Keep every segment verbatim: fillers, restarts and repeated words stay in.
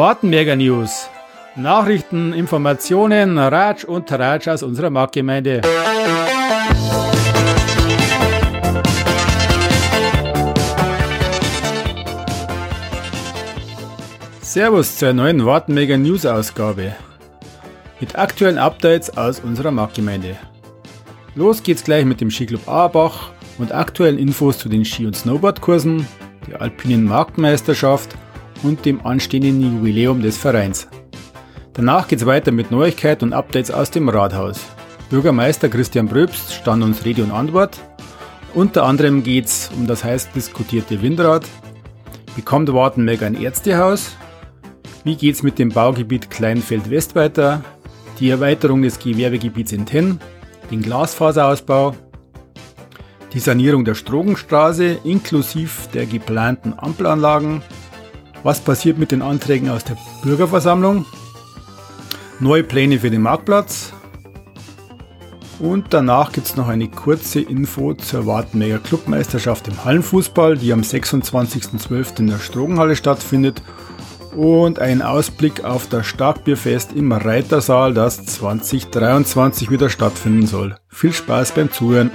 Wartenberger News. Nachrichten, Informationen, Ratsch und Tratsch aus unserer Marktgemeinde. Servus zur neuen Wartenberger News Ausgabe. Mit aktuellen Updates aus unserer Marktgemeinde. Los geht's gleich mit dem Skiclub Auerbach und aktuellen Infos zu den Ski- und Snowboardkursen, der alpinen Marktmeisterschaft und dem anstehenden Jubiläum des Vereins. Danach geht's weiter mit Neuigkeiten und Updates aus dem Rathaus. Bürgermeister Christian Pröbst stand uns Rede und Antwort. Unter anderem geht's um das heiß diskutierte Windrad. Bekommt Wartenberg ein Ärztehaus? Wie geht's mit dem Baugebiet Kleinfeld West weiter? Die Erweiterung des Gewerbegebiets in Tenn, den Glasfaserausbau, die Sanierung der Strogenstraße inklusive der geplanten Ampelanlagen. Was passiert mit den Anträgen aus der Bürgerversammlung? Neue Pläne für den Marktplatz. Und danach gibt es noch eine kurze Info zur Wartenberger Clubmeisterschaft im Hallenfußball, die am sechsundzwanzigsten zwölften in der Strogenhalle stattfindet. Und ein Ausblick auf das Starkbierfest im Reitersaal, das zwanzig dreiundzwanzig wieder stattfinden soll. Viel Spaß beim Zuhören.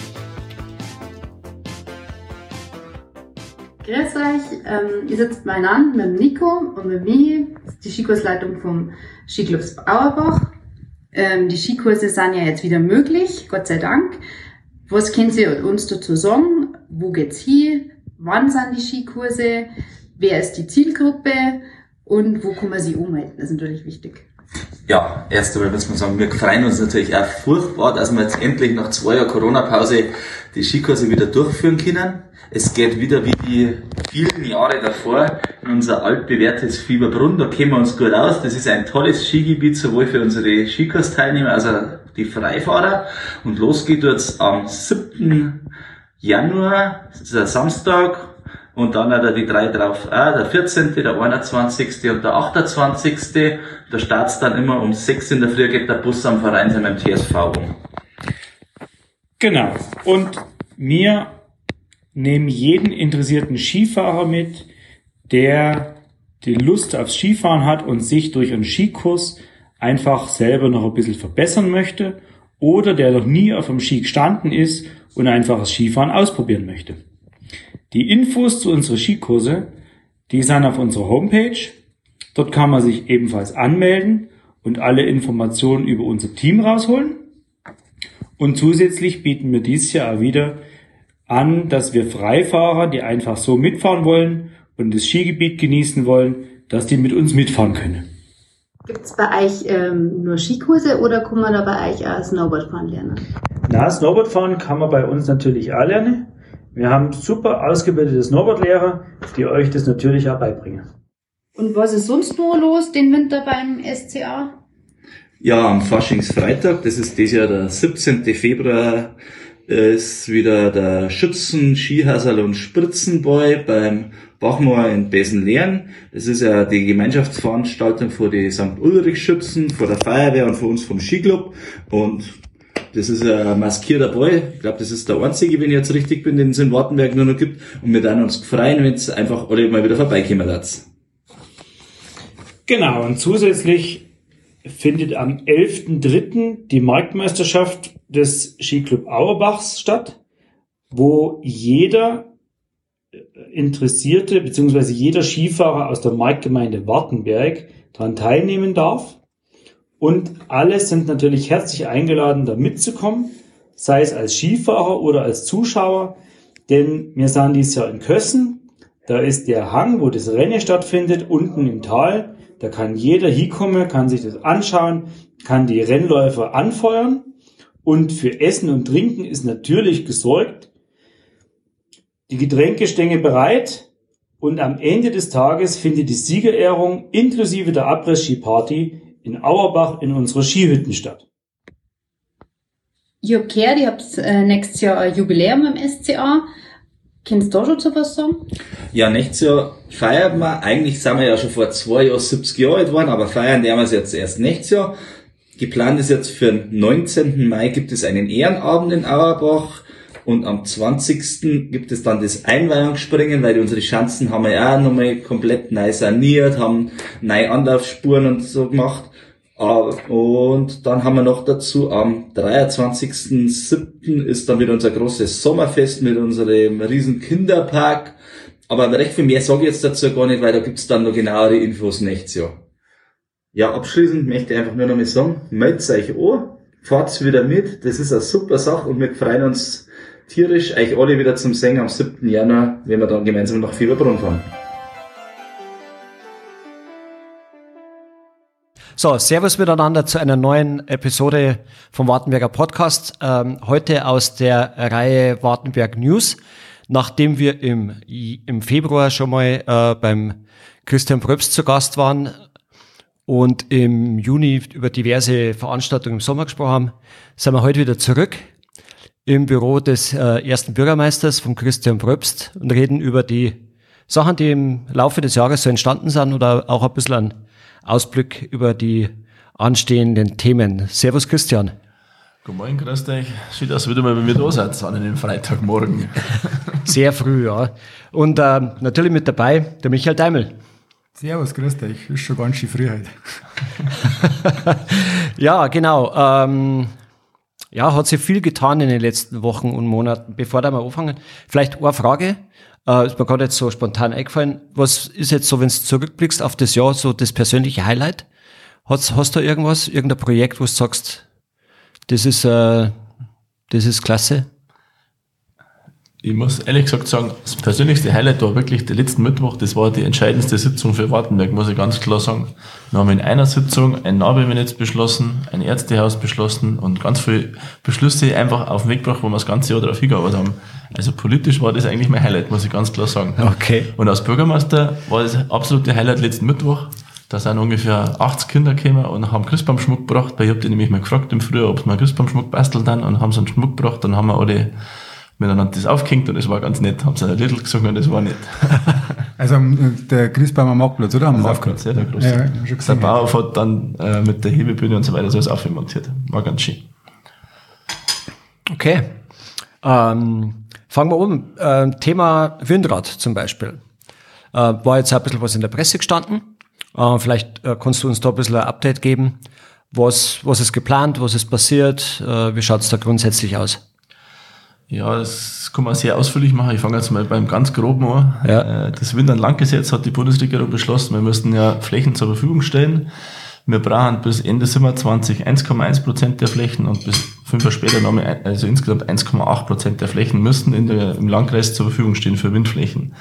Grüß euch, ähm, ihr sitzt beieinander mit dem Nico und mit mir, die Skikursleitung vom Skiclub Auerbach. Ähm, die Skikurse sind ja jetzt wieder möglich, Gott sei Dank. Was können Sie uns dazu sagen? Wo geht's hin? Wann sind die Skikurse? Wer ist die Zielgruppe? Und wo kann man sich ummelden? Das ist natürlich wichtig. Ja, erst einmal muss man sagen, wir freuen uns natürlich auch furchtbar, dass wir jetzt endlich nach zwei Jahren Corona-Pause die Skikurse wieder durchführen können. Es geht wieder wie die vielen Jahre davor in unser altbewährtes Fieberbrunn. Da kennen wir uns gut aus. Das ist ein tolles Skigebiet, sowohl für unsere Skikurs-Teilnehmer als auch die Freifahrer. Und los geht jetzt am siebten Januar, das ist ein Samstag. Und dann hat er die drei drauf, ah, der vierzehnte, der einundzwanzigste und der achtundzwanzigste Da start's dann immer um sechs in der Früh, geht der Bus am Verein mit dem T S V um. Genau. Und wir nehmen jeden interessierten Skifahrer mit, der die Lust aufs Skifahren hat und sich durch einen Skikurs einfach selber noch ein bisschen verbessern möchte oder der noch nie auf einem Ski gestanden ist und einfach das Skifahren ausprobieren möchte. Die Infos zu unseren Skikurse, die sind auf unserer Homepage. Dort kann man sich ebenfalls anmelden und alle Informationen über unser Team rausholen. Und zusätzlich bieten wir dieses Jahr auch wieder an, dass wir Freifahrer, die einfach so mitfahren wollen und das Skigebiet genießen wollen, dass die mit uns mitfahren können. Gibt es bei euch ähm, nur Skikurse oder kann man da bei euch auch Snowboardfahren lernen? Na, Snowboardfahren kann man bei uns natürlich auch lernen. Wir haben super ausgebildete Snowboardlehrer, die euch das natürlich auch beibringen. Und was ist sonst noch los den Winter beim S C A? Ja, am Faschingsfreitag, das ist dieses Jahr der siebzehnten Februar, ist wieder der Schützen-, Skihasal- und Spritzenboy beim Bachmoor in Besenlehren. Das ist ja die Gemeinschaftsveranstaltung für die Sankt Ulrich-Schützen, für der Feuerwehr und für uns vom Skiclub. Und das ist ein maskierter Boy. Ich glaube, das ist der einzige, wenn ich jetzt richtig bin, den es in Wartenberg nur noch gibt. Und wir dann uns freuen, wenn es einfach alle mal wieder vorbeikommen wird. Genau, und zusätzlich findet am elften dritten die Marktmeisterschaft des Skiclub Auerbachs statt, wo jeder Interessierte bzw. jeder Skifahrer aus der Marktgemeinde Wartenberg daran teilnehmen darf. Und alle sind natürlich herzlich eingeladen, da mitzukommen, sei es als Skifahrer oder als Zuschauer, denn wir sind dieses Jahr in Kössen. Da ist der Hang, wo das Rennen stattfindet, unten im Tal. Da kann jeder hinkommen, kann sich das anschauen, kann die Rennläufer anfeuern. Und für Essen und Trinken ist natürlich gesorgt. Die Getränke stehen bereit. Und am Ende des Tages findet die Siegerehrung inklusive der Abriss-Ski-Party in Auerbach in unserer Skihütten statt. Ich hab gehört, ihr habt äh, nächstes Jahr ein Jubiläum im S C A. Kannst du da schon zu was sagen? Ja, nächstes Jahr feiern wir, eigentlich sind wir ja schon vor zwei Jahren siebzig Jahre alt geworden, aber feiern werden wir es jetzt erst nächstes Jahr. Geplant ist jetzt für den neunzehnten Mai gibt es einen Ehrenabend in Auerbach Und am zwanzigsten gibt es dann das Einweihungsspringen, weil unsere Schanzen haben wir ja auch nochmal komplett neu saniert, haben neue Anlaufspuren und so gemacht. Und dann haben wir noch dazu, am dreiundzwanzigsten siebten ist dann wieder unser großes Sommerfest mit unserem riesen Kinderpark. Aber recht viel mehr sage ich jetzt dazu gar nicht, weil da gibt's dann noch genauere Infos nächstes Jahr. Ja, abschließend möchte ich einfach nur noch mal sagen, meldet euch an, fahrt's wieder mit, das ist eine super Sache und wir freuen uns tierisch, euch alle wieder zum Singen am siebten Januar, wenn wir dann gemeinsam nach Fieberbrunn fahren. So, servus miteinander zu einer neuen Episode vom Wartenberger Podcast. Ähm, heute aus der Reihe Wartenberg News. Nachdem wir im, im Februar schon mal äh, beim Christian Pröbst zu Gast waren und im Juni über diverse Veranstaltungen im Sommer gesprochen haben, sind wir heute wieder zurück im Büro des äh, ersten Bürgermeisters von Christian Pröbst und reden über die Sachen, die im Laufe des Jahres so entstanden sind oder auch ein bisschen einen Ausblick über die anstehenden Themen. Servus Christian. Guten Morgen, grüß euch. Schön, dass ihr wieder mal bei mir da seid an einem Freitagmorgen. Sehr früh, ja. Und äh, natürlich mit dabei der Michael Deimel. Servus, grüß dich. Ist schon ganz schön früh heute. Ja, genau. Ähm, ja, hat sich viel getan in den letzten Wochen und Monaten. Bevor da mal anfangen, vielleicht eine Frage. Äh, ist mir gerade jetzt so spontan eingefallen. Was ist jetzt so, wenn du zurückblickst auf das Jahr, so das persönliche Highlight? Hast, hast du irgendwas, irgendein Projekt, wo du sagst, das ist, äh, das ist klasse? Ich muss ehrlich gesagt sagen, das persönlichste Highlight war wirklich der letzten Mittwoch. Das war die entscheidendste Sitzung für Wartenberg, muss ich ganz klar sagen. Wir haben in einer Sitzung ein Nahbaugesetz beschlossen, ein Ärztehaus beschlossen und ganz viele Beschlüsse einfach auf den Weg gebracht, wo wir das ganze Jahr darauf hingearbeitet haben. Also politisch war das eigentlich mein Highlight, muss ich ganz klar sagen. Okay. Und als Bürgermeister war das absolute Highlight letzten Mittwoch. Da sind ungefähr achtzig Kinder gekommen und haben Christbaumschmuck gebracht, weil ich hab die nämlich mal gefragt im Frühjahr, ob sie mal Christbaumschmuck basteln dann und haben so einen Schmuck gebracht, dann haben wir alle miteinander das aufgehängt und das war ganz nett, haben sie ein Little gesungen und das war nett. Also der Christbaum am Marktplatz, oder? Am Marktplatz, ja, der große. Ja, schon gesehen, der Bauer hat dann äh, mit der Hebebühne und so weiter so alles aufmontiert. War ganz schön. Okay. Ähm, fangen wir um. Äh, Thema Windrad zum Beispiel. Äh, war jetzt auch ein bisschen was in der Presse gestanden. Äh, vielleicht äh, kannst du uns da ein bisschen ein Update geben. Was, was ist geplant, was ist passiert? Äh, wie schaut es da grundsätzlich aus? Ja, das kann man sehr ausführlich machen. Ich fange jetzt mal beim ganz Groben an. Ja. Das Wind- und Landgesetz hat die Bundesregierung beschlossen, wir müssten ja Flächen zur Verfügung stellen. Wir brauchen bis Ende siebenundzwanzig eins Komma eins Prozent der Flächen und bis fünf Jahre später nochmal, also insgesamt eins Komma acht Prozent der Flächen müssten in der, im Landkreis zur Verfügung stehen für Windflächen.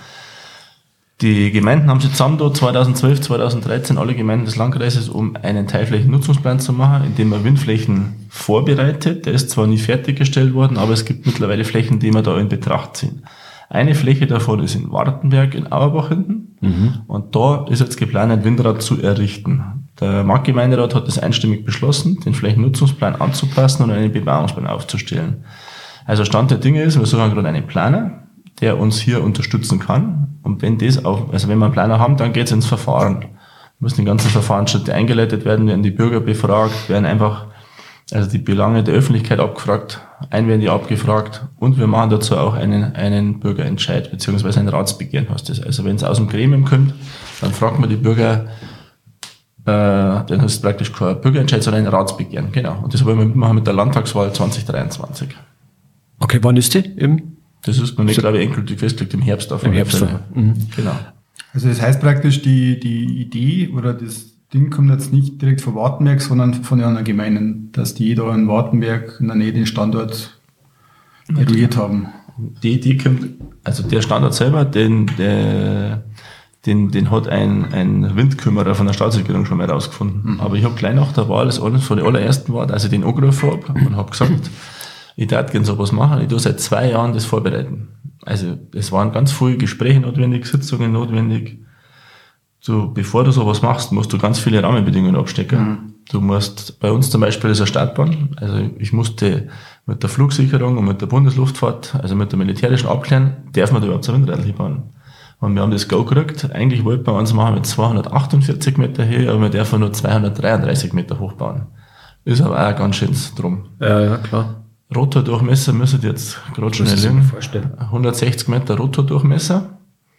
Die Gemeinden haben sich zusammen da zweitausendzwölf, zweitausenddreizehn, alle Gemeinden des Landkreises, um einen Teilflächennutzungsplan zu machen, in dem man Windflächen vorbereitet. Der ist zwar nie fertiggestellt worden, aber es gibt mittlerweile Flächen, die man da in Betracht ziehen. Eine Fläche davon ist in Wartenberg in Auerbach hinten. Mhm. Und da ist jetzt geplant, ein Windrad zu errichten. Der Marktgemeinderat hat das einstimmig beschlossen, den Flächennutzungsplan anzupassen und einen Bebauungsplan aufzustellen. Also Stand der Dinge ist, wir suchen gerade einen Planer, der uns hier unterstützen kann. Und wenn das auch, also wenn wir einen Planer haben, dann geht's ins Verfahren. Müssen die ganzen Verfahrensschritte eingeleitet werden, werden die Bürger befragt, werden einfach, also die Belange der Öffentlichkeit abgefragt, einwändig abgefragt und wir machen dazu auch einen, einen Bürgerentscheid, beziehungsweise ein Ratsbegehren heißt das. Also wenn es aus dem Gremium kommt, dann fragt man die Bürger, äh, dann ist es praktisch kein Bürgerentscheid, sondern ein Ratsbegehren, genau. Und das wollen wir mitmachen mit der Landtagswahl zwanzig dreiundzwanzig. Okay, wann ist die? Im Das ist noch nicht, glaube ich, endgültig festgelegt, im Herbst auf Im Herbst. Mhm. Genau. Also das heißt praktisch, die, die Idee oder das Ding kommt jetzt nicht direkt von Wartenberg, sondern von den anderen Gemeinden, dass die da in Wartenberg in der Nähe den Standort eruiert haben. Die Idee kommt, also der Standort selber, den, der, den, den hat ein, ein Windkümmerer von der Staatsregierung schon mal rausgefunden. Mhm. Aber ich habe gleich nach der Wahl, das alles von den allerersten war, als ich den angerufen habe und habe gesagt, ich darf gerne sowas machen, ich tue seit zwei Jahren das vorbereiten. Also es waren ganz viele Gespräche notwendig, Sitzungen notwendig. Du, bevor du sowas machst, musst du ganz viele Rahmenbedingungen abstecken. Mhm. Du musst, bei uns zum Beispiel ist eine Startbahn, also ich musste mit der Flugsicherung und mit der Bundesluftfahrt, also mit der militärischen abklären, darf man da überhaupt so ein Windradl bauen. Und wir haben das Go gekriegt, eigentlich wollten wir uns machen mit zweihundertachtundvierzig Meter Höhe, aber wir dürfen nur zweihundertdreiunddreißig Meter hoch bauen. Ist aber auch ganz schön drum. Ja, ja, klar. Rotordurchmesser müsstet ihr jetzt gerade schnell legen. hundertsechzig Meter Rotordurchmesser.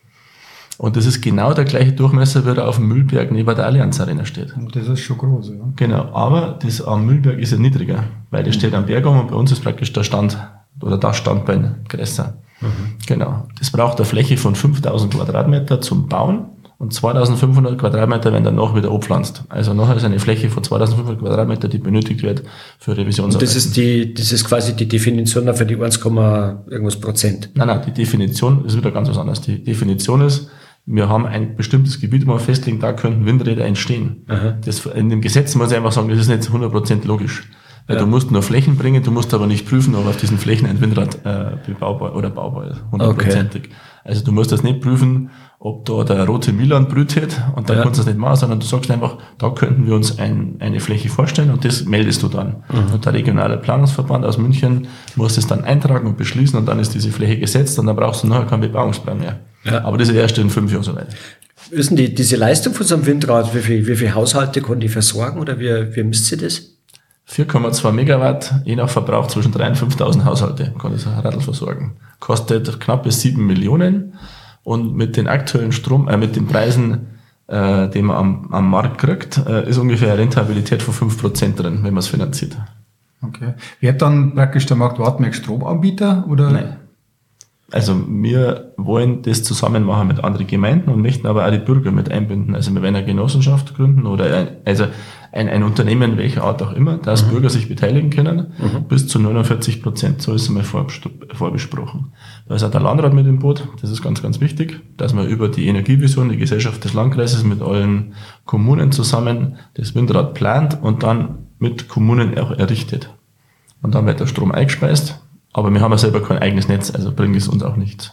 Und das ist genau der gleiche Durchmesser, wie der auf dem Mühlberg neben der Allianz Arena steht. Das ist schon groß, ja. Genau, aber das am Mühlberg ist ja niedriger, weil das steht am Berg und bei uns ist praktisch der Stand oder das Standbein größer. Mhm. Genau. Das braucht eine Fläche von fünftausend Quadratmeter zum Bauen und zweitausendfünfhundert Quadratmeter werden danach wieder abpflanzt. Also nachher ist eine Fläche von zweitausendfünfhundert Quadratmeter, die benötigt wird für Revisionsarbeiten. Und das ist die, das ist quasi die Definition für die eins, irgendwas Prozent. Nein, nein, die Definition ist wieder ganz was anderes. Die Definition ist, wir haben ein bestimmtes Gebiet, wo wir festlegen, da könnten Windräder entstehen. Aha. Das, in dem Gesetz muss ich einfach sagen, das ist nicht hundert Prozent logisch. Weil ja. Du musst nur Flächen bringen, du musst aber nicht prüfen, ob auf diesen Flächen ein Windrad äh, bebaubar oder baubar ist. Hundertprozentig. Okay. Also du musst das nicht prüfen, ob da der rote Milan brütet und dann ja. kannst du das nicht machen, sondern du sagst einfach, da könnten wir uns ein, eine Fläche vorstellen und das meldest du dann. Mhm. Und der regionale Planungsverband aus München muss das dann eintragen und beschließen und dann ist diese Fläche gesetzt und dann brauchst du nachher keinen Bebauungsplan mehr. Ja. Aber das ist erst in fünf Jahren soweit. Wissen die, diese Leistung von so einem Windrad, wie viel, wie viel Haushalte kann die versorgen oder wie, wie misst sie das? vier Komma zwei Megawatt, je nach Verbrauch zwischen dreitausend und fünftausend Haushalte kann das Radl versorgen. Kostet knappe sieben Millionen und mit den aktuellen Strom, äh, mit den Preisen, äh, die man am, am Markt kriegt, äh, ist ungefähr eine Rentabilität von fünf Prozent drin, wenn man es finanziert. Okay. Wird dann praktisch der Markt Wartenberg Stromanbieter oder? Nein. Also wir wollen das zusammen machen mit anderen Gemeinden und möchten aber auch die Bürger mit einbinden. Also wir werden eine Genossenschaft gründen oder ein, also ein, ein Unternehmen welcher Art auch immer, dass mhm. Bürger sich beteiligen können, mhm. bis zu neunundvierzig Prozent. So ist es mal vorbesprochen. Da ist auch der Landrat mit im Boot. Das ist ganz, ganz wichtig, dass man über die Energievision, die Gesellschaft des Landkreises mit allen Kommunen zusammen das Windrad plant und dann mit Kommunen auch errichtet. Und dann wird der Strom eingespeist. Aber wir haben ja selber kein eigenes Netz, also bringt es uns auch nichts.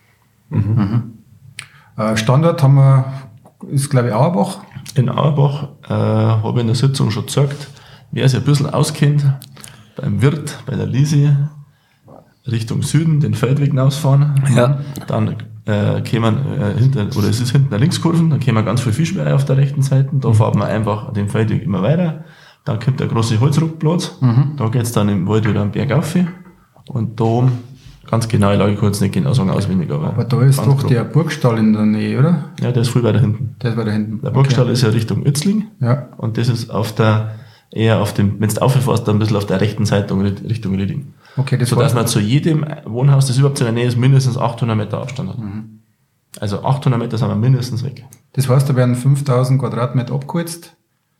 Mhm. Äh, Standort haben wir, ist glaube ich Auerbach. In Auerbach äh, habe ich in der Sitzung schon gesagt, wer sich ein bisschen auskennt, beim Wirt, bei der Lisi, Richtung Süden, den Feldweg hinausfahren, ja. Dann äh, kämen, äh, hinter, oder es ist hinten eine Linkskurven, dann kämen ganz viele Fischberge auf der rechten Seite, da fahren wir einfach den Feldweg immer weiter, dann kommt der große Holzruckplatz, mhm. Da geht es dann im Wald wieder am Berg rauf. Und da oben, ganz genau, ich lage kurz nicht genau sagen auswendig, aber. Aber da ist doch grob. Der Burgstall in der Nähe, oder? Ja, der ist viel weiter hinten. Der ist weiter hinten. Der Burgstall okay. Ist ja Richtung Uetzling. Ja. Und das ist auf der, eher auf dem, wenn du auffährst, dann ein bisschen auf der rechten Seite Richtung Rieding. Okay, das sodass man zu jedem Wohnhaus, das überhaupt in der Nähe ist, mindestens achthundert Meter Abstand hat. Mhm. Also achthundert Meter sind wir mindestens weg. Das heißt, da werden fünftausend Quadratmeter abgeholzt,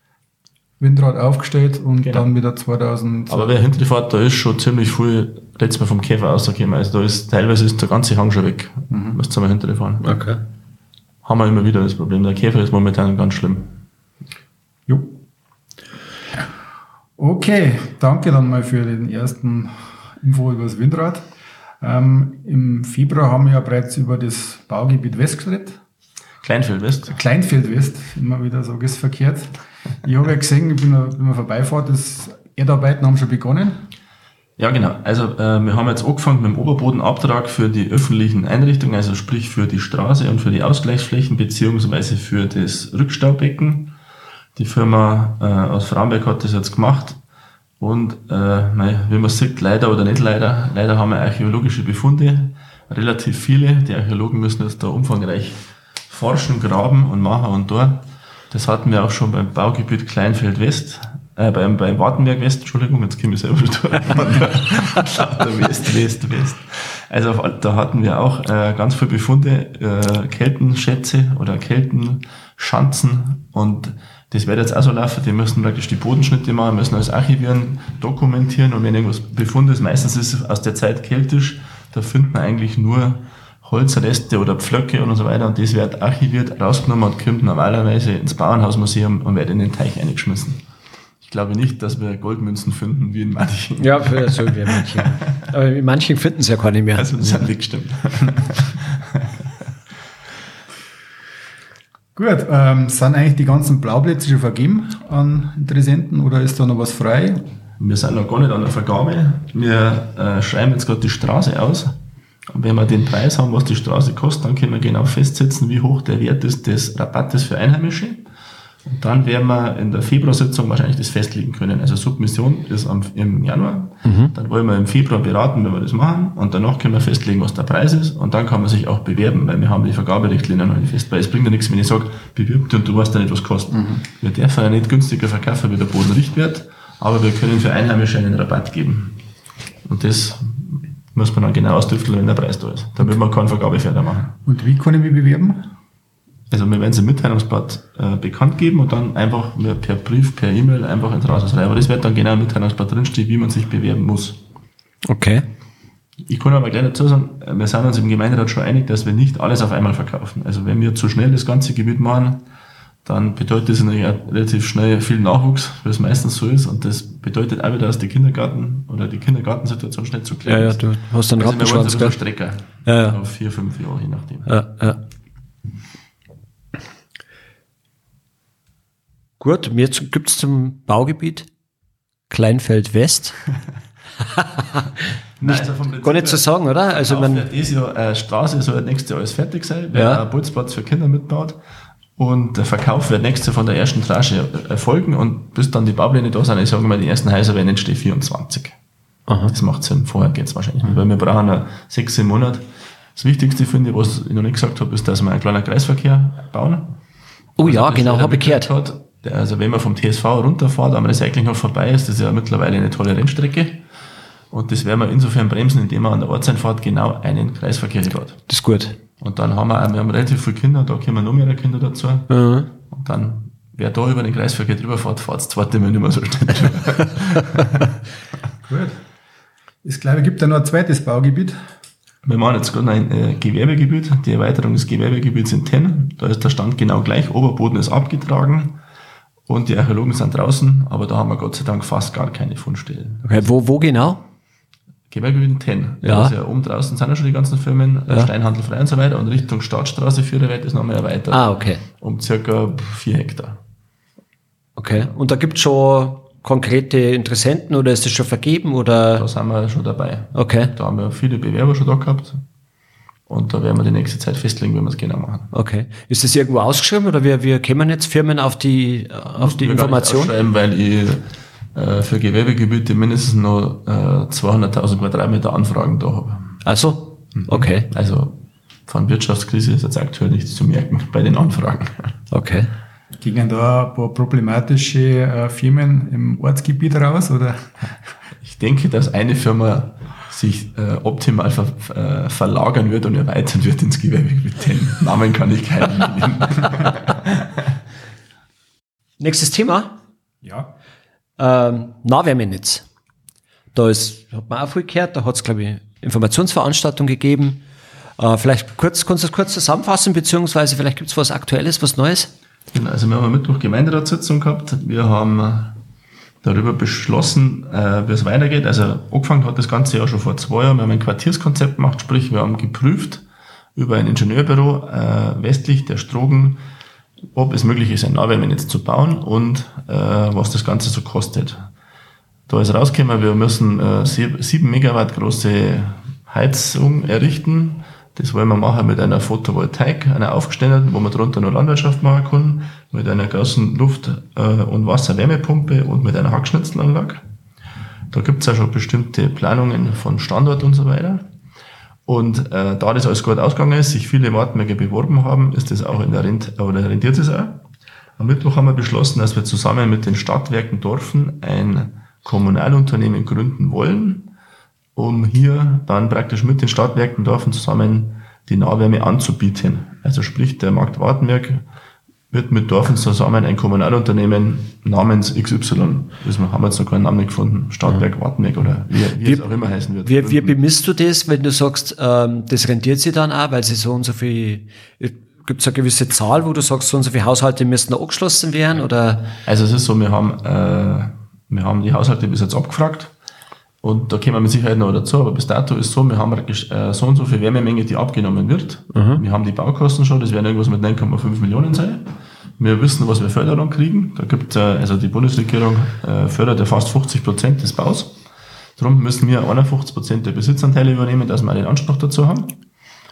Windrad aufgestellt und genau. Dann wieder zweitausend. Aber wer hinter fährt, da ist schon ziemlich viel, letztes Mal vom Käfer rausgekommen. Also da ist, teilweise ist der ganze Hang schon weg. Mhm. Müsst ihr mal hinter fahren. Okay. Haben wir immer wieder das Problem. Der Käfer ist momentan ganz schlimm. Jo. Okay, danke dann mal für den ersten Info über das Windrad. Ähm, Im Februar haben wir ja bereits über das Baugebiet West geredet. Kleinfeld West. Kleinfeld West, immer wieder so ist verkehrt. Ich habe ja gesehen, ich bin, wenn man vorbeifahrt, das Erdarbeiten haben schon begonnen. Ja, genau. Also äh, wir haben jetzt angefangen mit dem Oberbodenabtrag für die öffentlichen Einrichtungen, also sprich für die Straße und für die Ausgleichsflächen beziehungsweise für das Rückstaubecken. Die Firma äh, aus Fraunberg hat das jetzt gemacht und äh, mei, wie man sieht, leider oder nicht leider, leider haben wir archäologische Befunde, relativ viele. Die Archäologen müssen jetzt da umfangreich forschen, graben und machen und da. Das hatten wir auch schon beim Baugebiet Kleinfeld West, äh, beim, beim Wartenberg West, Entschuldigung, jetzt komme ich selber schon durch. West, West, West. Also da hatten wir auch äh, ganz viele Befunde, äh, Keltenschätze oder Keltenschanzen und das wird jetzt auch so laufen, die müssen praktisch die Bodenschnitte machen, müssen alles archivieren, dokumentieren und wenn irgendwas Befund ist, meistens ist es aus der Zeit keltisch, da findet man eigentlich nur Holzreste oder Pflöcke und so weiter und das wird archiviert, rausgenommen und kommt normalerweise ins Bauernhausmuseum und wird in den Teich eingeschmissen. Ich glaube nicht, dass wir Goldmünzen finden, wie in manchen. Ja, für so wie in manchen. Aber in manchen finden sie ja gar nicht mehr. Also das ist ja nicht stimmt. Gut, ähm, sind eigentlich die ganzen Blauplätze schon vergeben an Interessenten oder ist da noch was frei? Wir sind noch gar nicht an der Vergabe. Wir äh, schreiben jetzt gerade die Straße aus. Und wenn wir den Preis haben, was die Straße kostet, dann können wir genau festsetzen, wie hoch der Wert ist des Rabattes für Einheimische. Und dann werden wir in der Februarsitzung wahrscheinlich das festlegen können. Also Submission ist am, im Januar. Mhm. Dann wollen wir im Februar beraten, wenn wir das machen. Und danach können wir festlegen, was der Preis ist. Und dann kann man sich auch bewerben, weil wir haben die Vergaberichtlinien noch nicht fest. Weil es bringt ja nichts, wenn ich sage, bewirb dich und du weißt ja nicht, was kostet. Mhm. Wir dürfen ja nicht günstiger verkaufen wie der Bodenrichtwert, aber wir können für Einheimische einen Rabatt geben. Und das muss man dann genau ausdüfteln, wenn der Preis da ist. Damit wir keinen Vergabefehler machen. Und wie kann ich mich bewerben? Also wir werden es im Mitteilungsblatt äh, bekannt geben und dann einfach per Brief, per E-Mail einfach ins Rathaus rein. Aber das wird dann genau im Mitteilungsblatt drinstehen, wie man sich bewerben muss. Okay. Ich kann aber gleich dazu sagen, wir sind uns im Gemeinderat schon einig, dass wir nicht alles auf einmal verkaufen. Also wenn wir zu schnell das ganze Gebiet machen, dann bedeutet das natürlich auch relativ schnell viel Nachwuchs, wie es meistens so ist. Und das bedeutet auch wieder, dass die Kindergarten oder die Kindergartensituation schnell zu klein ist. Ja, ja, du hast einen also Rattenschwanz, gell? Strecker ja, ja. Auf vier, fünf Jahre, je nachdem. Ja, ja. Gut, jetzt gibt's zum Baugebiet Kleinfeld West. nicht, also gar nicht zu sagen, oder? Also man dieses Jahr eine Straße soll nächstes Jahr alles fertig sein, wer ja. einen Bolzplatz für Kinder mitbaut. Und der Verkauf wird nächstes Jahr von der ersten Tranche erfolgen und bis dann die Baupläne da sind, ich sage mal, die ersten Häuser werden entstehen vierundzwanzig. Aha. Das macht Sinn, vorher geht's wahrscheinlich nicht, weil wir brauchen ja sechs, sieben Monate. Das Wichtigste finde ich, was ich noch nicht gesagt habe, ist, dass wir einen kleinen Kreisverkehr bauen. Oh ja, also, genau, habe ich gehört. Hat, also wenn man vom T S V runterfährt, am Recyclinghof vorbei ist, das ist ja mittlerweile eine tolle Rennstrecke. Und das werden wir insofern bremsen, indem wir an der Ortseinfahrt genau einen Kreisverkehr baut. Das ist gut. Und dann haben wir, wir haben relativ viele Kinder, da kommen noch mehr Kinder dazu. Mhm. Und dann, wer da über den Kreisverkehr drüber fährt, fährt das zweite Mal nicht mehr so schnell drüber. Gut. Ich glaube, es gibt da noch ein zweites Baugebiet. Wir machen jetzt gerade ein äh, Gewerbegebiet, die Erweiterung des Gewerbegebiets in Tenn. Da ist der Stand genau gleich, Oberboden ist abgetragen und die Archäologen sind draußen, aber da haben wir Gott sei Dank fast gar keine Fundstellen. Okay, wo, wo genau? Gewerbegebiet in Tenn. Ja. Also ja, oben draußen sind ja schon die ganzen Firmen, ja. Steinhandel frei und so weiter, und Richtung Stadtstraße Viererweit ist nochmal erweitert. Ah, okay. Um circa vier Hektar. Okay. Und da gibt es schon konkrete Interessenten oder ist das schon vergeben oder? Da sind wir schon dabei. Okay. Da haben wir viele Bewerber schon da gehabt. Und da werden wir die nächste Zeit festlegen, wie wir es genau machen. Okay. Ist das irgendwo ausgeschrieben oder wie, wie kämen jetzt Firmen auf die, auf die Information? Ausschreiben, weil ich äh, für Gewerbegebiete mindestens noch äh, zweihunderttausend Quadratmeter Anfragen da habe. Also? Okay. Also von Wirtschaftskrise ist jetzt aktuell nichts zu merken bei den Anfragen. Okay. Gingen da ein paar problematische äh, Firmen im Ortsgebiet raus, oder? Ich denke, dass eine Firma sich äh, optimal ver, äh, verlagern wird und erweitern wird ins Gewerbegebiet. Den Namen kann ich keinen nennen. Nächstes Thema. Ja. Ähm, Nahwärmenetz. Da ist, hat man auch viel gehört, da hat es, glaube ich, Informationsveranstaltungen gegeben. Äh, vielleicht kurz, kannst du das kurz zusammenfassen, beziehungsweise vielleicht gibt es was Aktuelles, was Neues? Also wir haben am Mittwoch Gemeinderatssitzung gehabt. Wir haben darüber beschlossen, äh, wie es weitergeht. Also angefangen hat das ganze Jahr schon vor zwei Jahren. Wir haben ein Quartierskonzept gemacht, sprich wir haben geprüft über ein Ingenieurbüro äh, westlich der Strogen, ob es möglich ist, ein Nahwärmenetz zu bauen und äh, was das Ganze so kostet. Da ist rausgekommen, wir müssen äh, sieben Megawatt große Heizung errichten. Das wollen wir machen mit einer Photovoltaik, einer aufgestellten, wo man drunter nur Landwirtschaft machen kann, mit einer großen Luft- und Wasserwärmepumpe und mit einer Hackschnitzelanlage. Da gibt es ja schon bestimmte Planungen von Standort und so weiter. Und äh, da das alles gut ausgegangen ist, sich viele Wartenberger beworben haben, ist das auch in der Rent oder rentiert es auch. Am Mittwoch haben wir beschlossen, dass wir zusammen mit den Stadtwerken Dorfen ein Kommunalunternehmen gründen wollen, um hier dann praktisch mit den Stadtwerken Dorfen zusammen die Nahwärme anzubieten. Also sprich, der Markt Wartenberg wird mit Dorfen zusammen ein Kommunalunternehmen namens X Y, wir haben jetzt noch keinen Namen nicht gefunden, Stadtwerk Wartenberg oder wie, wie, wie es auch immer heißen wird. Wie, wie bemisst du das, wenn du sagst, ähm, das rentiert sich dann auch, weil sie so und so viel, gibt es eine gewisse Zahl, wo du sagst, so und so viele Haushalte müssen angeschlossen werden, oder? Also es ist so, wir haben, äh, wir haben die Haushalte bis jetzt abgefragt. Und da kommen wir mit Sicherheit noch dazu, aber bis dato ist so, wir haben praktisch äh, so und so viel Wärmemenge, die abgenommen wird. Mhm. Wir haben die Baukosten schon, das werden irgendwas mit neun Komma fünf Millionen sein. Wir wissen, was wir Förderung kriegen. Da gibt äh, also die Bundesregierung äh, fördert ja fast fünfzig Prozent des Baus. Darum müssen wir einundfünfzig Prozent der Besitzanteile übernehmen, dass wir einen Anspruch dazu haben.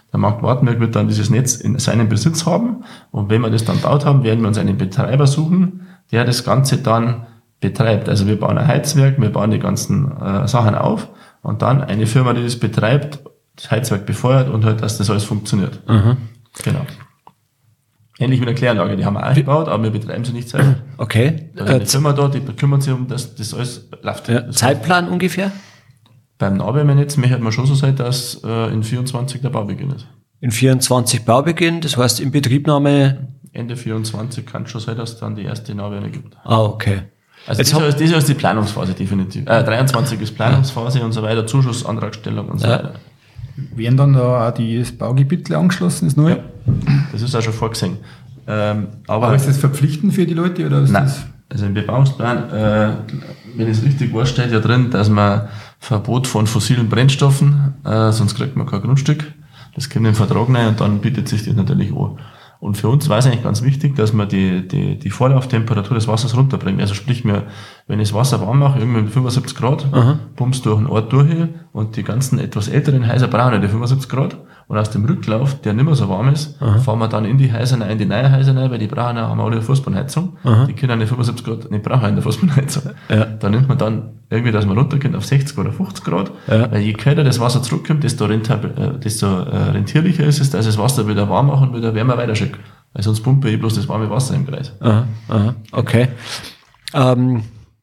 Der Markt Wartenberg wird dann dieses Netz in seinem Besitz haben und wenn wir das dann gebaut haben, werden wir uns einen Betreiber suchen, der das Ganze dann betreibt. Also wir bauen ein Heizwerk, wir bauen die ganzen äh, Sachen auf und dann eine Firma, die das betreibt, das Heizwerk befeuert und halt, dass das alles funktioniert. Mhm. Genau. Ähnlich wie eine Kläranlage, die haben wir auch gebaut, aber wir betreiben sie nicht selber. Okay. Da ist eine Firma da, die kümmert sich um das, das alles läuft. Ja, Das Zeitplan ungefähr? Beim Nahwärmenetz möchte man schon so sein, dass äh, in vierundzwanzig der Baubeginn ist. In vierundzwanzig Baubeginn, das heißt in Betriebnahme. Ende vierundzwanzig kann es schon sein, dass es dann die erste Nahwärme gibt. Ah, okay. Also Jetzt das, hab- ist, das ist die Planungsphase definitiv. Äh, dreiundzwanzig ist Planungsphase und so weiter, Zuschussantragstellung und so Ja. weiter. Werden dann da auch die das Baugebiet angeschlossen, das neue? Ja. Das ist auch schon vorgesehen. Ähm, aber Aber ist das verpflichtend für die Leute oder ist nein. das? Also im Bebauungsplan, äh, wenn ich es richtig weiß, steht ja drin, dass man Verbot von fossilen Brennstoffen, äh, sonst kriegt man kein Grundstück. Das kommt in den Vertrag rein und dann bietet sich das natürlich an. Und für uns war es eigentlich ganz wichtig, dass wir die, die, die Vorlauftemperatur des Wassers runterbringen. Also sprich, mir, wenn ich das Wasser warm mache, irgendwie mit fünfundsiebzig Grad, pumpst durch den Ort durch und die ganzen etwas älteren Häuser brauchen ja die fünfundsiebzig Grad. Und aus dem Rücklauf, der nicht mehr so warm ist, fahren wir dann in die Häuser rein, in die neuen Häuser rein, weil die brauchen ja, haben alle eine Fußbodenheizung. Die können eine fünfundsiebzig Grad nicht brauchen in der Fußbodenheizung. Ja. Da nimmt man dann irgendwie, dass man runterkommt auf sechzig oder fünfzig Grad. Ja. Weil je kälter das Wasser zurückkommt, desto, rentab- äh, desto äh, rentierlicher ist es, dass das Wasser wieder warm macht und wieder wärmer weiterschickt. Weil sonst pumpe ich bloß das warme Wasser im Kreis. Aha, aha, okay. Ähm,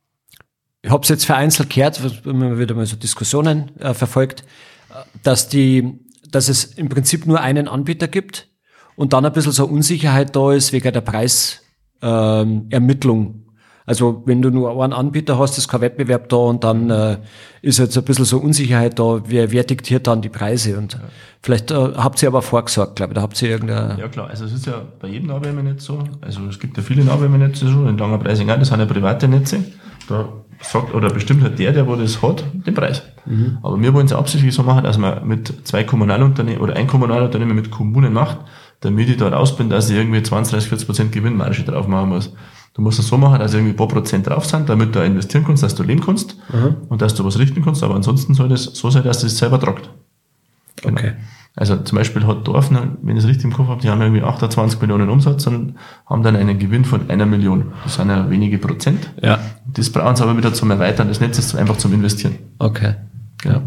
ich habe es jetzt vereinzelt gehört, wenn man wieder mal so Diskussionen äh, verfolgt, dass die, dass es im Prinzip nur einen Anbieter gibt und dann ein bisschen so Unsicherheit da ist wegen der Preisermittlung. Ähm, Ermittlung. Also wenn du nur einen Anbieter hast, ist kein Wettbewerb da und dann äh, ist jetzt ein bisschen so Unsicherheit da, wer, wer diktiert dann die Preise und ja. vielleicht äh, habt ihr aber vorgesorgt, glaube ich, da habt ihr irgendeine... Ja klar, also es ist ja bei jedem Nahwärmenetz so, also es gibt ja viele Nahwärmenetze schon, in Langerpreising auch, das sind ja private Netze, da sagt, oder bestimmt halt der, der wo das hat, den Preis. Mhm. Aber wir wollen es absichtlich so machen, dass man mit zwei Kommunalunternehmen oder ein Kommunalunternehmen mit Kommunen macht, damit ich da raus bin, dass ich irgendwie zwanzig, dreißig, vierzig Prozent Gewinnmarge drauf machen muss. Du musst es so machen, dass irgendwie ein paar Prozent drauf sind, damit du investieren kannst, dass du leben kannst mhm. und dass du was richten kannst, aber ansonsten soll das so sein, dass das selber tragt. Genau. Okay. Also zum Beispiel hat Dorfner, wenn ich es richtig im Kopf habe, die haben irgendwie achtundzwanzig Millionen Umsatz und haben dann einen Gewinn von einer Million. Das sind ja wenige Prozent. Ja. Das brauchen sie aber wieder zum Erweitern des Netzes, einfach zum Investieren. Okay. Genau.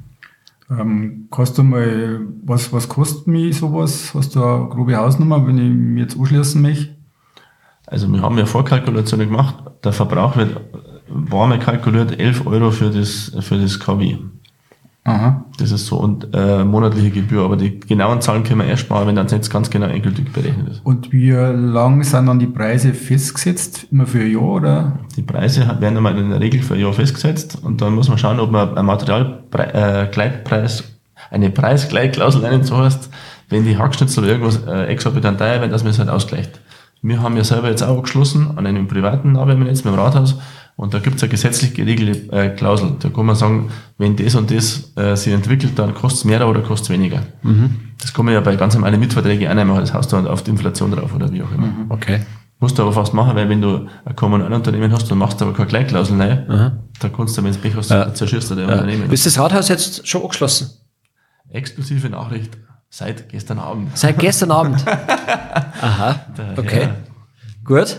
Ähm, kannst du mal, was, was kostet mich sowas? Hast du eine grobe Hausnummer, wenn ich mich jetzt anschließen möchte? Also wir haben ja Vorkalkulationen gemacht, der Verbrauch wird warme kalkuliert elf Euro für das, für das K W. Aha. Das ist so, und äh, monatliche Gebühr, aber die genauen Zahlen können wir erst machen, wenn das Netz ganz genau endgültig berechnet ist. Und wie lang sind dann die Preise festgesetzt? Immer für ein Jahr, oder? Die Preise werden einmal in der Regel für ein Jahr festgesetzt und dann muss man schauen, ob man ein Materialgleitpreis, eine Preisgleichklausel einen so heißt, wenn die Hackschnitzel oder irgendwas äh, exorbitant teuer werden, dass man es halt ausgleicht. Wir haben ja selber jetzt auch angeschlossen an einem privaten Nahwärmenetz mit dem Rathaus und da gibt es eine gesetzlich geregelte äh, Klausel. Da kann man sagen, wenn das und das äh, sich entwickelt, dann kostet es mehr oder kostet es weniger. Mhm. Das kann man ja bei ganz normalen Mietverträgen auch nicht machen, das haust du auf die Inflation drauf oder wie auch immer. Mhm. Okay. Musst du aber fast machen, weil wenn du ein Kommunalunternehmen hast, dann machst du aber keine Gleichklausel rein, mhm. da kannst du, wenn es Pech hast, ja. zerschießt du dein ja. Unternehmen. Ist das Rathaus jetzt schon angeschlossen? Exklusive Nachricht seit gestern Abend. Seit gestern Abend? Aha, okay. Ja. Gut.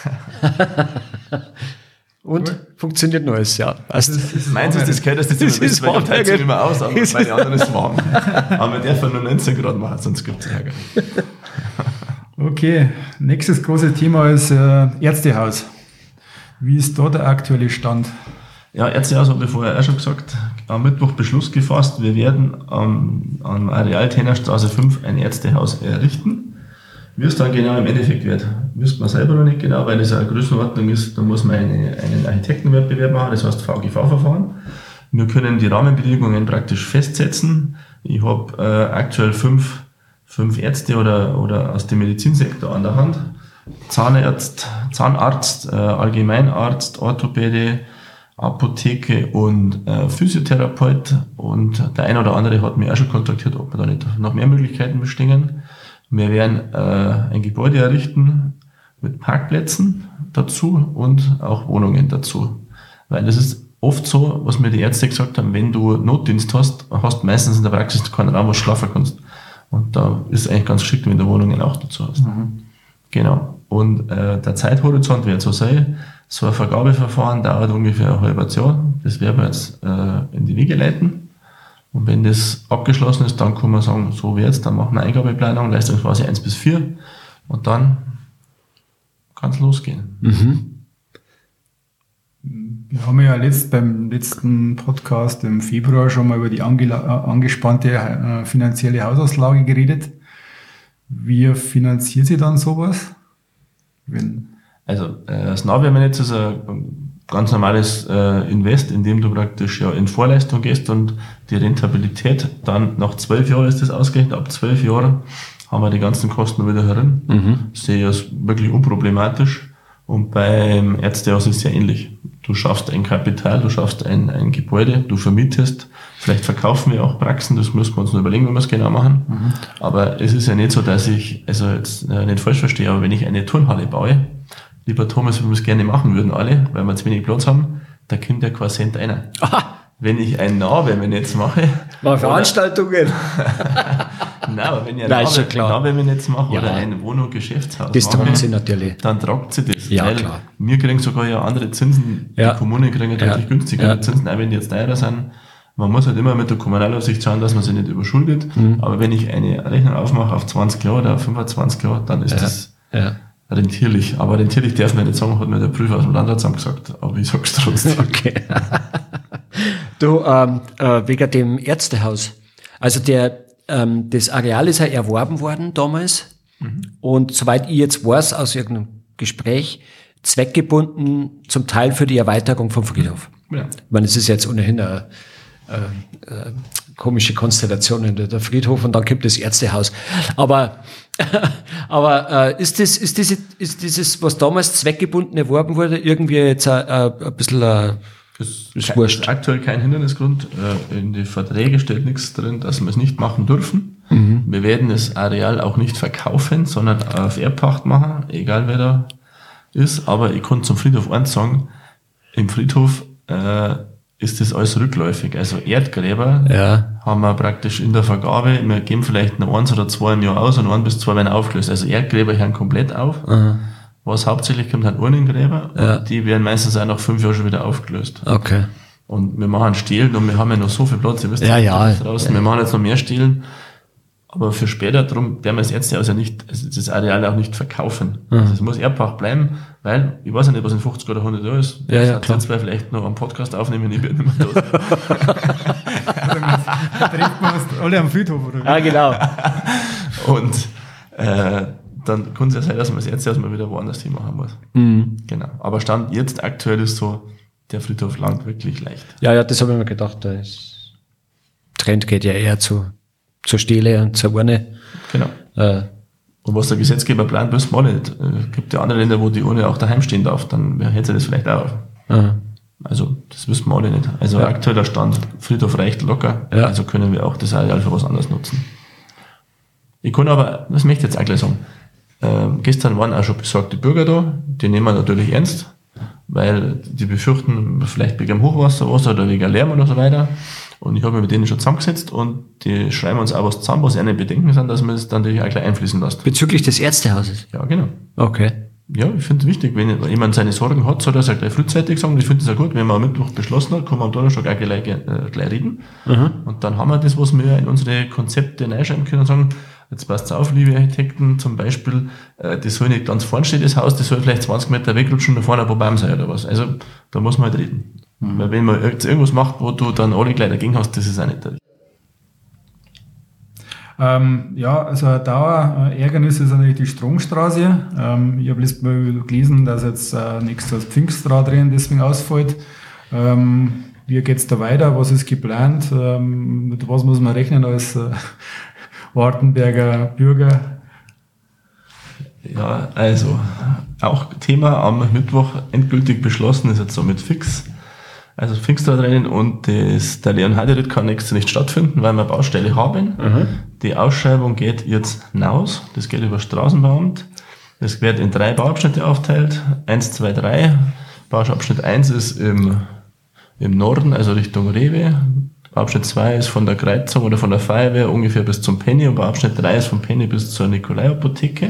Und Gut. Funktioniert Neues, ja. Also, meins ist das kälteste Zimmer, das ist, weil ich teile es immer aus, aber bei den anderen ist es warm. Aber wir dürfen nur neunzehn Grad machen, sonst gibt es Ärger. Okay, nächstes große Thema ist äh, Ärztehaus. Wie ist da der aktuelle Stand? Ja, Ärztehaus habe ich vorher auch schon gesagt, am Mittwoch Beschluss gefasst, wir werden am, am Areal Tennerstraße fünf ein Ärztehaus errichten. Wie es dann genau im Endeffekt wird, wüsste man selber noch nicht genau, weil das eine Größenordnung ist, da muss man eine, einen Architektenwettbewerb machen, das heißt V G V-Verfahren. Wir können die Rahmenbedingungen praktisch festsetzen. Ich habe äh, aktuell fünf, fünf Ärzte oder, oder aus dem Medizinsektor an der Hand. Zahnarzt, Zahnarzt, äh, Allgemeinarzt, Orthopäde, Apotheke und äh, Physiotherapeut. Und der eine oder andere hat mich auch schon kontaktiert, ob wir da nicht noch mehr Möglichkeiten bestehen. Wir werden äh, ein Gebäude errichten mit Parkplätzen dazu und auch Wohnungen dazu. Weil das ist oft so, was mir die Ärzte gesagt haben, wenn du Notdienst hast, hast du meistens in der Praxis keinen Raum, wo du schlafen kannst. Und da ist es eigentlich ganz geschickt, wenn du Wohnungen auch dazu hast. Mhm. Genau. Und äh, der Zeithorizont wird so sein, so ein Vergabeverfahren dauert ungefähr ein halbes Jahr. Das werden wir jetzt äh, in die Wege leiten. Und wenn das abgeschlossen ist, dann kann man sagen, so wird's, dann machen wir Eingabeplanung, Leistungsphase eins bis vier und dann kann es losgehen. Mhm. Wir haben ja letzt, beim letzten Podcast im Februar schon mal über die angela- angespannte äh, finanzielle Hausauslage geredet. Wie finanziert sie dann sowas? Wenn Also äh, das Nahwärmenetz ist ein ganz normales äh, Invest, in dem du praktisch ja in Vorleistung gehst und die Rentabilität dann nach zwölf Jahren ist das ausgerechnet, ab zwölf Jahren haben wir die ganzen Kosten wieder herin. Mhm. Sehe ich als wirklich unproblematisch. Und beim Ärztehaus ist es ja ähnlich. Du schaffst ein Kapital, du schaffst ein, ein Gebäude, du vermietest. Vielleicht verkaufen wir auch Praxen, das müssen wir uns noch überlegen, wie wir es genau machen. Mhm. Aber es ist ja nicht so, dass ich, also jetzt äh, nicht falsch verstehe, aber wenn ich eine Turnhalle baue, lieber Thomas, wenn wir es gerne machen würden alle, weil wir zu wenig Platz haben, da kommt ja kein Cent einer. Aha. Wenn ich ein Nahwärmenetz mache... Mal Veranstaltungen. Nein, aber wenn ich ein Nein, ist schon klar. Nahwärmenetz mache Ja. oder ein Wohnung- Geschäftshaus Das mache, tun sie natürlich. dann tragt sie das. Ja, weil klar. Wir kriegen sogar ja andere Zinsen, Ja. die Kommunen kriegen ja deutlich Ja. günstigere Ja. Zinsen, auch wenn die jetzt teurer sind. Man muss halt immer mit der Kommunalaufsicht schauen, dass man sich nicht überschuldet. Mhm. Aber wenn ich eine Rechnung aufmache auf zwanzig Jahre oder auf fünfundzwanzig Jahre, dann ist Ja. das Ja. rentierlich. Aber rentierlich darf man nicht sagen, hat mir der Prüfer aus dem Landratsamt gesagt. Aber ich sag's trotzdem. Okay. Du, ähm, äh, wegen dem Ärztehaus. Also der, ähm, das Areal ist ja erworben worden damals. Mhm. Und soweit ich jetzt weiß, aus irgendeinem Gespräch, zweckgebunden zum Teil für die Erweiterung vom Friedhof. Ja. Ich meine, es ist jetzt ohnehin eine, eine, eine komische Konstellation in der, der Friedhof und dann gibt es Ärztehaus. Aber, aber äh, ist, das, ist, diese, ist dieses, was damals zweckgebunden erworben wurde, irgendwie jetzt ein, ein, ein bisschen ein, Das ist kein, wurscht. aktuell kein Hindernisgrund. Äh, In die Verträge steht nichts drin, dass wir es nicht machen dürfen. Mhm. Wir werden das Areal auch nicht verkaufen, sondern auf Erbpacht machen, egal wer da ist. Aber ich konnte zum Friedhof eins sagen, im Friedhof äh, ist das alles rückläufig. Also Erdgräber ja. haben wir praktisch in der Vergabe, wir geben vielleicht noch eins oder zwei im Jahr aus und ein bis zwei werden aufgelöst. Also Erdgräber hören komplett auf. Aha. Was hauptsächlich kommt, sind Urnengräber. Ja. Und die werden meistens auch nach fünf Jahren schon wieder aufgelöst. Okay. Und wir machen Stelen und wir haben ja noch so viel Platz, ihr wisst Ja, ja. draußen. Ja. Wir machen jetzt noch mehr Stelen. Aber für später, darum werden wir das Ärztehaus ja nicht, also das Areal auch nicht verkaufen. Mhm. Also es muss Erbpacht bleiben, weil ich weiß ja nicht, was in fünfzig oder hundert Jahren ist. Ja, ja, Das klar. jetzt zwei vielleicht noch einen Podcast aufnehmen, ich bin nicht mehr da. trifft man uns alle am Friedhof, oder wie? Ah, genau. Und äh, dann kann es ja sein, dass man das Ärztehaus mal wieder woanders hin machen muss. Mhm. Genau. Aber Stand jetzt aktuell ist so, der Friedhof langt wirklich leicht. Ja, ja, das habe ich mir gedacht. Der ist, Trend geht ja eher zu, zur Stele und zur Urne. Genau. Äh, Und was der Gesetzgeber plant, wissen wir nicht. Es gibt ja andere Länder, wo die Urne auch daheim stehen darf, dann hätte sie das vielleicht auch. äh, Also, das wissen wir alle nicht. Also, Ja. aktueller Stand, Friedhof reicht locker. Ja. Also können wir auch das Areal für was anderes nutzen. Ich kann aber, das möchte ich jetzt auch gleich sagen. Ähm, gestern waren auch schon besorgte Bürger da, die nehmen wir natürlich ernst, weil die befürchten vielleicht wegen Hochwasser was oder wegen Lärm oder so weiter. Und ich habe mich mit denen schon zusammengesetzt und die schreiben uns auch was zusammen, was ihre Bedenken sind, dass man das dann natürlich auch gleich einfließen lässt. bezüglich des Ärztehauses. Ja, genau. Okay. Ja, ich finde es wichtig, wenn jemand seine Sorgen hat, soll er es ja gleich frühzeitig sagen. Ich finde es ja gut, wenn man am Mittwoch beschlossen hat, kann man am Donnerstag auch gleich, äh, gleich reden. Mhm. Und dann haben wir das, was wir in unsere Konzepte reinschreiben können und sagen, jetzt passt auf, liebe Architekten, zum Beispiel, äh, das soll nicht ganz vorne stehen, das Haus, das soll vielleicht zwanzig Meter wegrutschen und da vorne ein paar Baum sein oder was. Also, da muss man halt reden. Mhm. Weil wenn man jetzt irgendwas macht, wo du dann alle gleich dagegen hast, das ist auch nicht der. Ähm, ja, also ein Dauerärgernis ist natürlich die Stromstraße. Ähm, ich habe letztes Mal gelesen, dass jetzt äh, nächstes Pfingstradrennen deswegen ausfällt. Ähm, wie geht's da weiter? Was ist geplant? Ähm, mit was muss man rechnen als äh, Wartenberger Bürger? Ja, also, auch Thema am Mittwoch endgültig beschlossen, ist jetzt somit fix. Also das Pfingstradrennen und das, der Leonhardi-Ritt kann nächstes Jahr nicht stattfinden, weil wir Baustelle haben. Mhm. Die Ausschreibung geht jetzt hinaus. Das geht über Straßenbauamt. Das wird in drei Bauabschnitte aufteilt. Eins, zwei, drei. Bauabschnitt eins ist im, im Norden, also Richtung Rewe. Bauabschnitt zwei ist von der Kreuzung oder von der Feuerwehr ungefähr bis zum Penny und Bauabschnitt drei ist vom Penny bis zur Nikolai-Apotheke.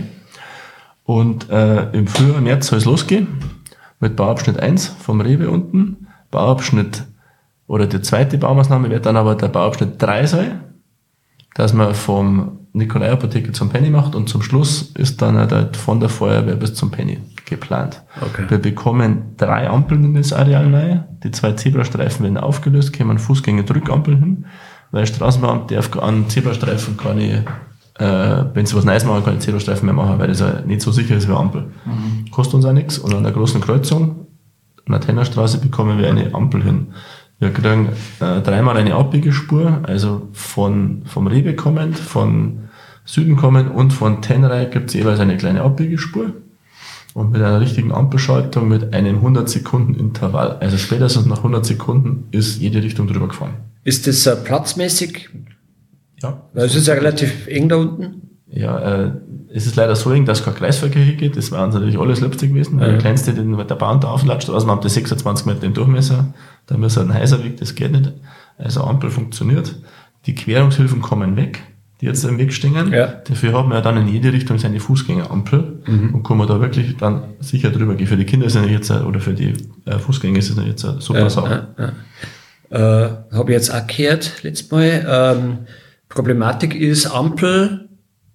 Und äh, im Frühjahr, März soll es losgehen mit Bauabschnitt eins vom Rewe unten. Bauabschnitt oder die zweite Baumaßnahme wird dann aber der Bauabschnitt drei sein, dass man vom Nikolai-Apotheke zum Penny macht und zum Schluss ist dann der, von der Feuerwehr bis zum Penny geplant. Okay. Wir bekommen drei Ampeln in das Areal rein, die zwei Zebrastreifen werden aufgelöst, kommen Fußgänger-Drückampeln hin, weil Straßenbahn darf an Zebrastreifen keine, äh, wenn sie was Neues machen, keine Zebrastreifen mehr machen, weil das ja nicht so sicher ist wie eine Ampel. Mhm. Kostet uns auch nichts und an der großen Kreuzung, an der Tennerstraße, bekommen wir eine Ampel hin. Wir kriegen äh, dreimal eine Abbiegespur, also von, vom Rewe kommend, von Süden kommend und von Tenrei gibt es jeweils eine kleine Abbiegespur. Und mit einer richtigen Ampelschaltung mit einem hundert Sekunden Intervall. Also spätestens nach hundert Sekunden ist jede Richtung drüber gefahren. Ist das äh, platzmäßig? Ja. Weil es ist ja relativ eng da unten. Ja, äh, es ist leider so eng, dass kein Kreisverkehr hier geht. Das war uns natürlich alles Liebste gewesen. Ja. Der kleinste, den mit der Bahn da auflatscht, also man hat das sechsundzwanzig Meter im Durchmesser. Da muss ein Häuserweg, das geht nicht. Also Ampel funktioniert. Die Querungshilfen kommen weg, die jetzt im Weg stehen. Ja. Dafür haben wir dann in jede Richtung seine Fußgängerampel mhm. und kann man da wirklich dann sicher drüber gehen. Für die Kinder ist es jetzt, oder für die äh, Fußgänger ist es jetzt eine super ja, Sache. Ja, ja. Äh, habe ich jetzt auch gehört, letztes Mal. Ähm, Problematik ist Ampel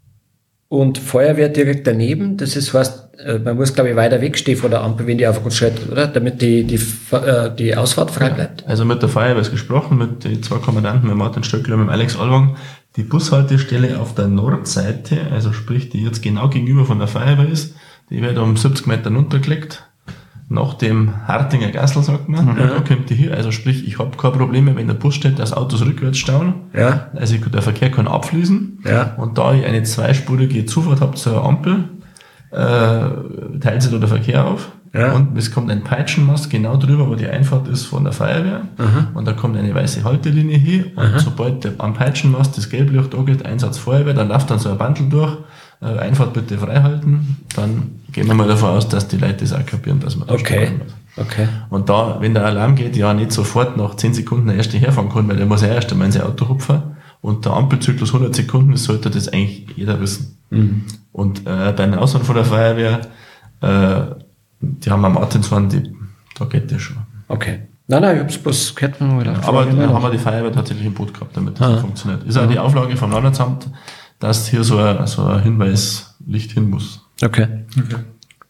und Feuerwehr direkt daneben. Das ist, heißt, man muss, glaube ich, weiter wegstehen von der Ampel, wenn die auf uns schaltet, oder? Damit die, die, die Ausfahrt frei bleibt. Ja, also mit der Feuerwehr ist gesprochen, mit den zwei Kommandanten, mit Martin Stöckler und mit Alex Alwang. Die Bushaltestelle auf der Nordseite, also sprich, die jetzt genau gegenüber von der Feuerwehr ist, die wird um siebzig Meter runtergelegt. Nach dem Hartinger Gassel, sagt man, mhm. da kommt die hier, also sprich, ich habe keine Probleme, wenn der Bus steht, dass Autos rückwärts stauen, ja. also ich, der Verkehr kann abfließen, ja. und da ich eine zweispurige Zufahrt habe zur Ampel, äh, teilt sich da der Verkehr auf, ja. und es kommt ein Peitschenmast genau drüber, wo die Einfahrt ist von der Feuerwehr, mhm. und da kommt eine weiße Haltelinie hier, und mhm. sobald der, am Peitschenmast das Gelblicht angeht, Einsatz Feuerwehr, dann läuft dann so ein Bandel durch, Einfahrt bitte frei halten, dann gehen wir mal davon aus, dass die Leute das auch kapieren, dass man da okay. okay. Und da, wenn der Alarm geht, ja nicht sofort nach zehn Sekunden der erste herfahren kann, weil der muss ja erst einmal in sein Auto hupfen und der Ampelzyklus hundert Sekunden ist, sollte das eigentlich jeder wissen. Mhm. Und äh, beim Ausfahren von der Feuerwehr, äh, die haben am Martinshorn, die, da geht das schon. Okay. Nein, nein, ich hab's bloß gehört. Aber da haben wir die Feuerwehr tatsächlich im Boot gehabt, damit das ah. funktioniert. Ist auch die Auflage vom Landratsamt, dass hier so ein, so ein Hinweislicht hin muss. Okay. okay.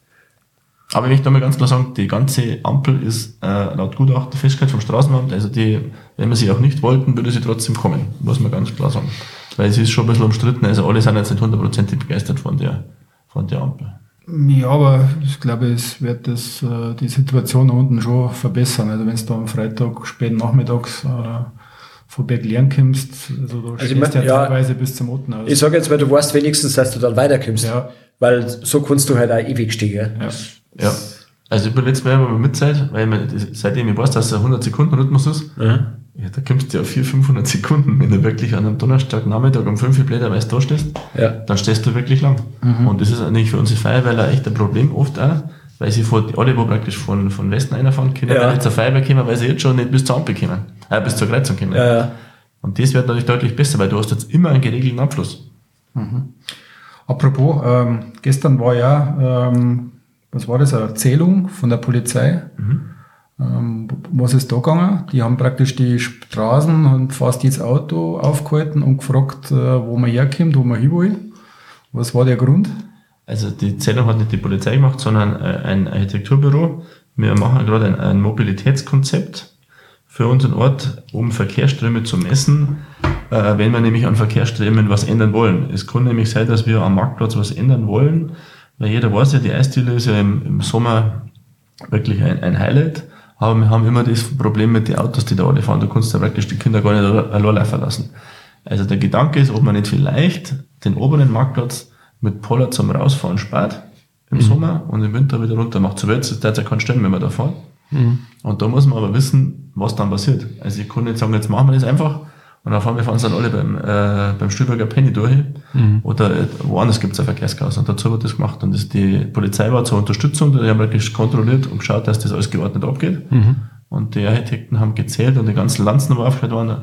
Aber ich möchte nochmal ganz klar sagen, die ganze Ampel ist äh, laut Gutachten festgestellt vom Straßenamt, also die, wenn wir sie auch nicht wollten, würde sie trotzdem kommen, muss man ganz klar sagen. Weil sie ist schon ein bisschen umstritten, also alle sind jetzt nicht hundertprozentig begeistert von der, von der Ampel. Ja, aber ich glaube, es wird das, äh, die Situation da unten schon verbessern. Also wenn es da am Freitag, späten Nachmittags, äh, von Berglehren kommst, also du also stehst ich mein, ja, ja teilweise bis zum Otten aus. Ich sage jetzt, weil du weißt wenigstens, dass du dann weiterkommst. Ja. Weil so kannst du halt auch ewig stehen. Ja. ja. Also ich bin letztes Mal immer mit Zeit, weil man, seitdem ich weiß, dass es ein hundert Sekunden Rhythmus ist, ja. Ja, da kommst du ja auf vierhundert, fünfhundert Sekunden. Wenn du wirklich an einem Donnerstagnachmittag um fünf Uhr blätterweise da stehst, ja. dann stehst du wirklich lang. Mhm. Und das ist eigentlich für unsere Feuerwehrler echt ein Problem oft auch, weil sie von, alle, wo praktisch von, von Westen reinfahren, können ja nicht zur Feuerwehr kommen, weil sie jetzt schon nicht bis zur Ampel kommen, äh, bis zur Kreuzung kommen. Ja, ja. Und das wird natürlich deutlich besser, weil du hast jetzt immer einen geregelten Abfluss. Mhm. Apropos, ähm, gestern war ja, ähm, was war das, eine Erzählung von der Polizei. Mhm. Ähm, was ist da gegangen? Die haben praktisch die Straßen und fast jedes Auto aufgehalten und gefragt, äh, wo man herkommt, wo man hin will. Was war der Grund? Also die Zählung hat nicht die Polizei gemacht, sondern ein Architekturbüro. Wir machen gerade ein, ein Mobilitätskonzept für unseren Ort, um Verkehrsströme zu messen, äh, wenn wir nämlich an Verkehrsströmen was ändern wollen. Es kann nämlich sein, dass wir am Marktplatz was ändern wollen, weil jeder weiß ja, die Eisdiele ist ja im, im Sommer wirklich ein, ein Highlight, aber wir haben immer das Problem mit den Autos, die da alle fahren. Du kannst ja praktisch die Kinder gar nicht allein laufen lassen. Also der Gedanke ist, ob man nicht vielleicht den oberen Marktplatz mit Poller zum Rausfahren spart im mhm. Sommer und im Winter wieder runter macht. So wird es ja keinen Stellen, wenn wir da fahren. Mhm. Und da muss man aber wissen, was dann passiert. Also ich kann nicht sagen, jetzt machen wir das einfach und dann fahren wir fahren dann alle beim, äh, beim Stühlberger Penny durch mhm. oder äh, woanders gibt es ein Verkehrschaos und dazu wird das gemacht. Und das, die Polizei war zur Unterstützung, die haben wirklich kontrolliert und geschaut, dass das alles geordnet abgeht. Mhm. Und die Architekten haben gezählt und die ganzen Lanzen, die aufgestellt waren,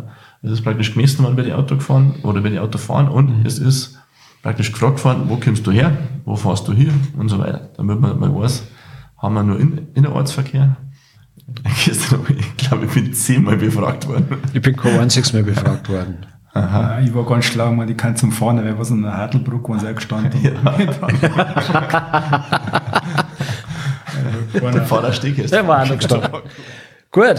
Es ist praktisch gemessen worden, wer die Auto gefahren oder wer die Auto fahren und mhm. es ist praktisch gefragt worden, wo kommst du her, wo fährst du hier und so weiter. Damit man mal weiß, haben wir nur in, Innerortsverkehr. Ich glaube, ich bin zehnmal befragt worden. Ich bin kein einziges Mal befragt worden. Aha. Ja, ich war ganz schlau, man, ich kann zum Fahren, weil was an der Hartelbrücke, wo sie auch gestanden haben. Ja. Der Fahrersteg ist. Der war auch noch gestanden. Gut.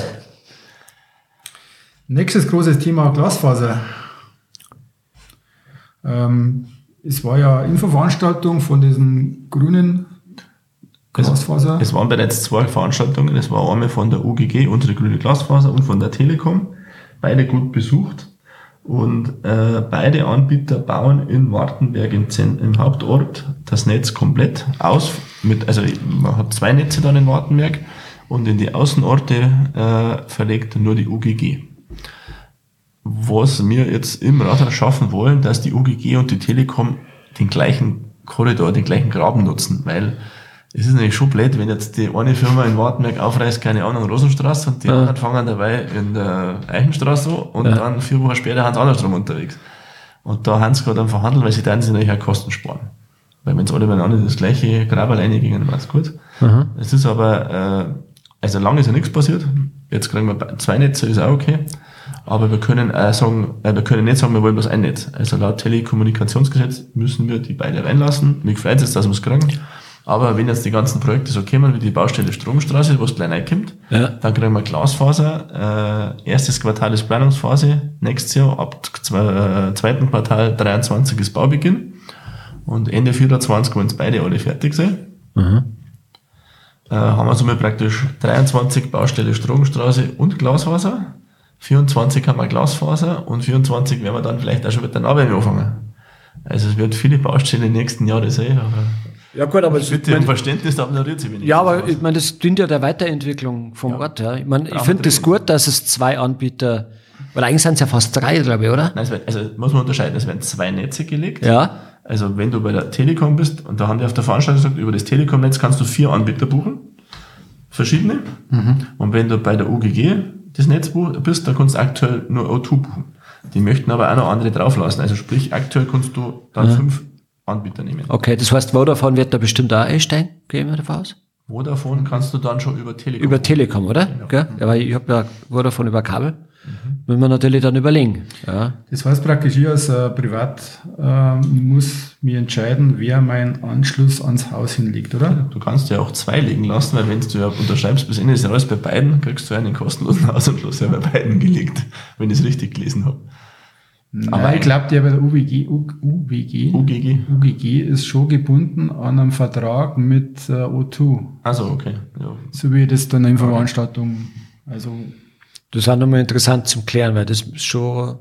Nächstes großes Thema Glasfaser. Ähm, es war ja Infoveranstaltung von diesem grünen Glasfaser. Es, es waren bereits zwei Veranstaltungen. Es war einmal von der U G G, unsere grüne Glasfaser, und von der Telekom. Beide gut besucht. Und äh, beide Anbieter bauen in Wartenberg im, Zent- im Hauptort das Netz komplett aus. Mit, also man hat zwei Netze dann in Wartenberg und in die Außenorte äh, verlegt nur die U G G. Was wir jetzt im Rathaus schaffen wollen, dass die U G G und die Telekom den gleichen Korridor, den gleichen Graben nutzen, weil es ist nämlich schon blöd, wenn jetzt die eine Firma in Wartenberg aufreißt, keine Ahnung, Rosenstraße, und die ja. anderen fangen dabei in der Eichenstraße an und ja. dann vier Wochen später haben sie andersrum unterwegs. Und da haben sie gerade am Verhandeln, weil sie dann sich natürlich auch Kosten sparen. Weil wenn sie alle miteinander das gleiche Graberl reingingen, dann war es gut. Mhm. Es ist aber, äh, also lange ist ja nichts passiert. Jetzt kriegen wir zwei Netze, ist auch okay. Aber wir können auch sagen, äh, wir können nicht sagen, wir wollen bloß ein Netz. Also laut Telekommunikationsgesetz müssen wir die beide reinlassen. Mich freut es, dass wir es kriegen. Aber wenn jetzt die ganzen Projekte so kommen, wie die Baustelle Stromstraße, wo es gleich reinkommt, ja. dann kriegen wir Glasfaser, äh, erstes Quartal ist Planungsphase, nächstes Jahr, ab zwei, äh, zweiten Quartal dreiundzwanzig ist Baubeginn und Ende vierundzwanzig wollen es beide alle fertig sein. Mhm. Äh, haben wir somit praktisch dreiundzwanzig Baustelle Stromstraße und Glasfaser, vierundzwanzig haben wir Glasfaser und vierundzwanzig werden wir dann vielleicht auch schon mit der Nahwärme anfangen. Also es wird viele Baustellen in den nächsten Jahren sein, aber ja gut, aber ich bitte um Verständnis, da ignoriert sie wenig. Ja, aber ich meine, das dient ja der Weiterentwicklung vom ja. Ort. Ja. Ich meine, ich finde das gut, dass es zwei Anbieter, weil eigentlich sind es ja fast drei, glaube ich, oder? Nein, es wird, also muss man unterscheiden, es werden zwei Netze gelegt. Ja. Also wenn du bei der Telekom bist, und da haben die auf der Veranstaltung gesagt, über das Telekom-Netz kannst du vier Anbieter buchen, verschiedene. Mhm. Und wenn du bei der U G G das Netz bist, dann kannst du aktuell nur O zwei buchen. Die möchten aber auch noch andere drauflassen. Also sprich, aktuell kannst du dann ja. fünf Anbieter nehmen. Okay, das heißt, Vodafone wird da bestimmt auch einsteigen, gehen wir davon aus? Vodafone kannst du dann schon über Telekom. Über Telekom, oder? Genau. Gell? Ja, weil ich habe ja Vodafone über Kabel. Mhm. Müssen wir natürlich dann überlegen. Ja. Das heißt praktisch, ich als äh, Privat äh, muss mir entscheiden, wer meinen Anschluss ans Haus hinlegt, oder? Ja, du kannst ja auch zwei legen lassen, weil wenn du ja unterschreibst, bis Ende des Jahres bei beiden, kriegst du einen kostenlosen Hausanschluss ja bei beiden gelegt, wenn ich es richtig gelesen habe. Aber ich glaube, der bei der U W G, U, UWG, U G G. U G G ist schon gebunden an einem Vertrag mit äh, O zwei. Also okay. Ja. So wie das dann in Veranstaltung, also. Das ist auch nochmal interessant zum Klären, weil das schon,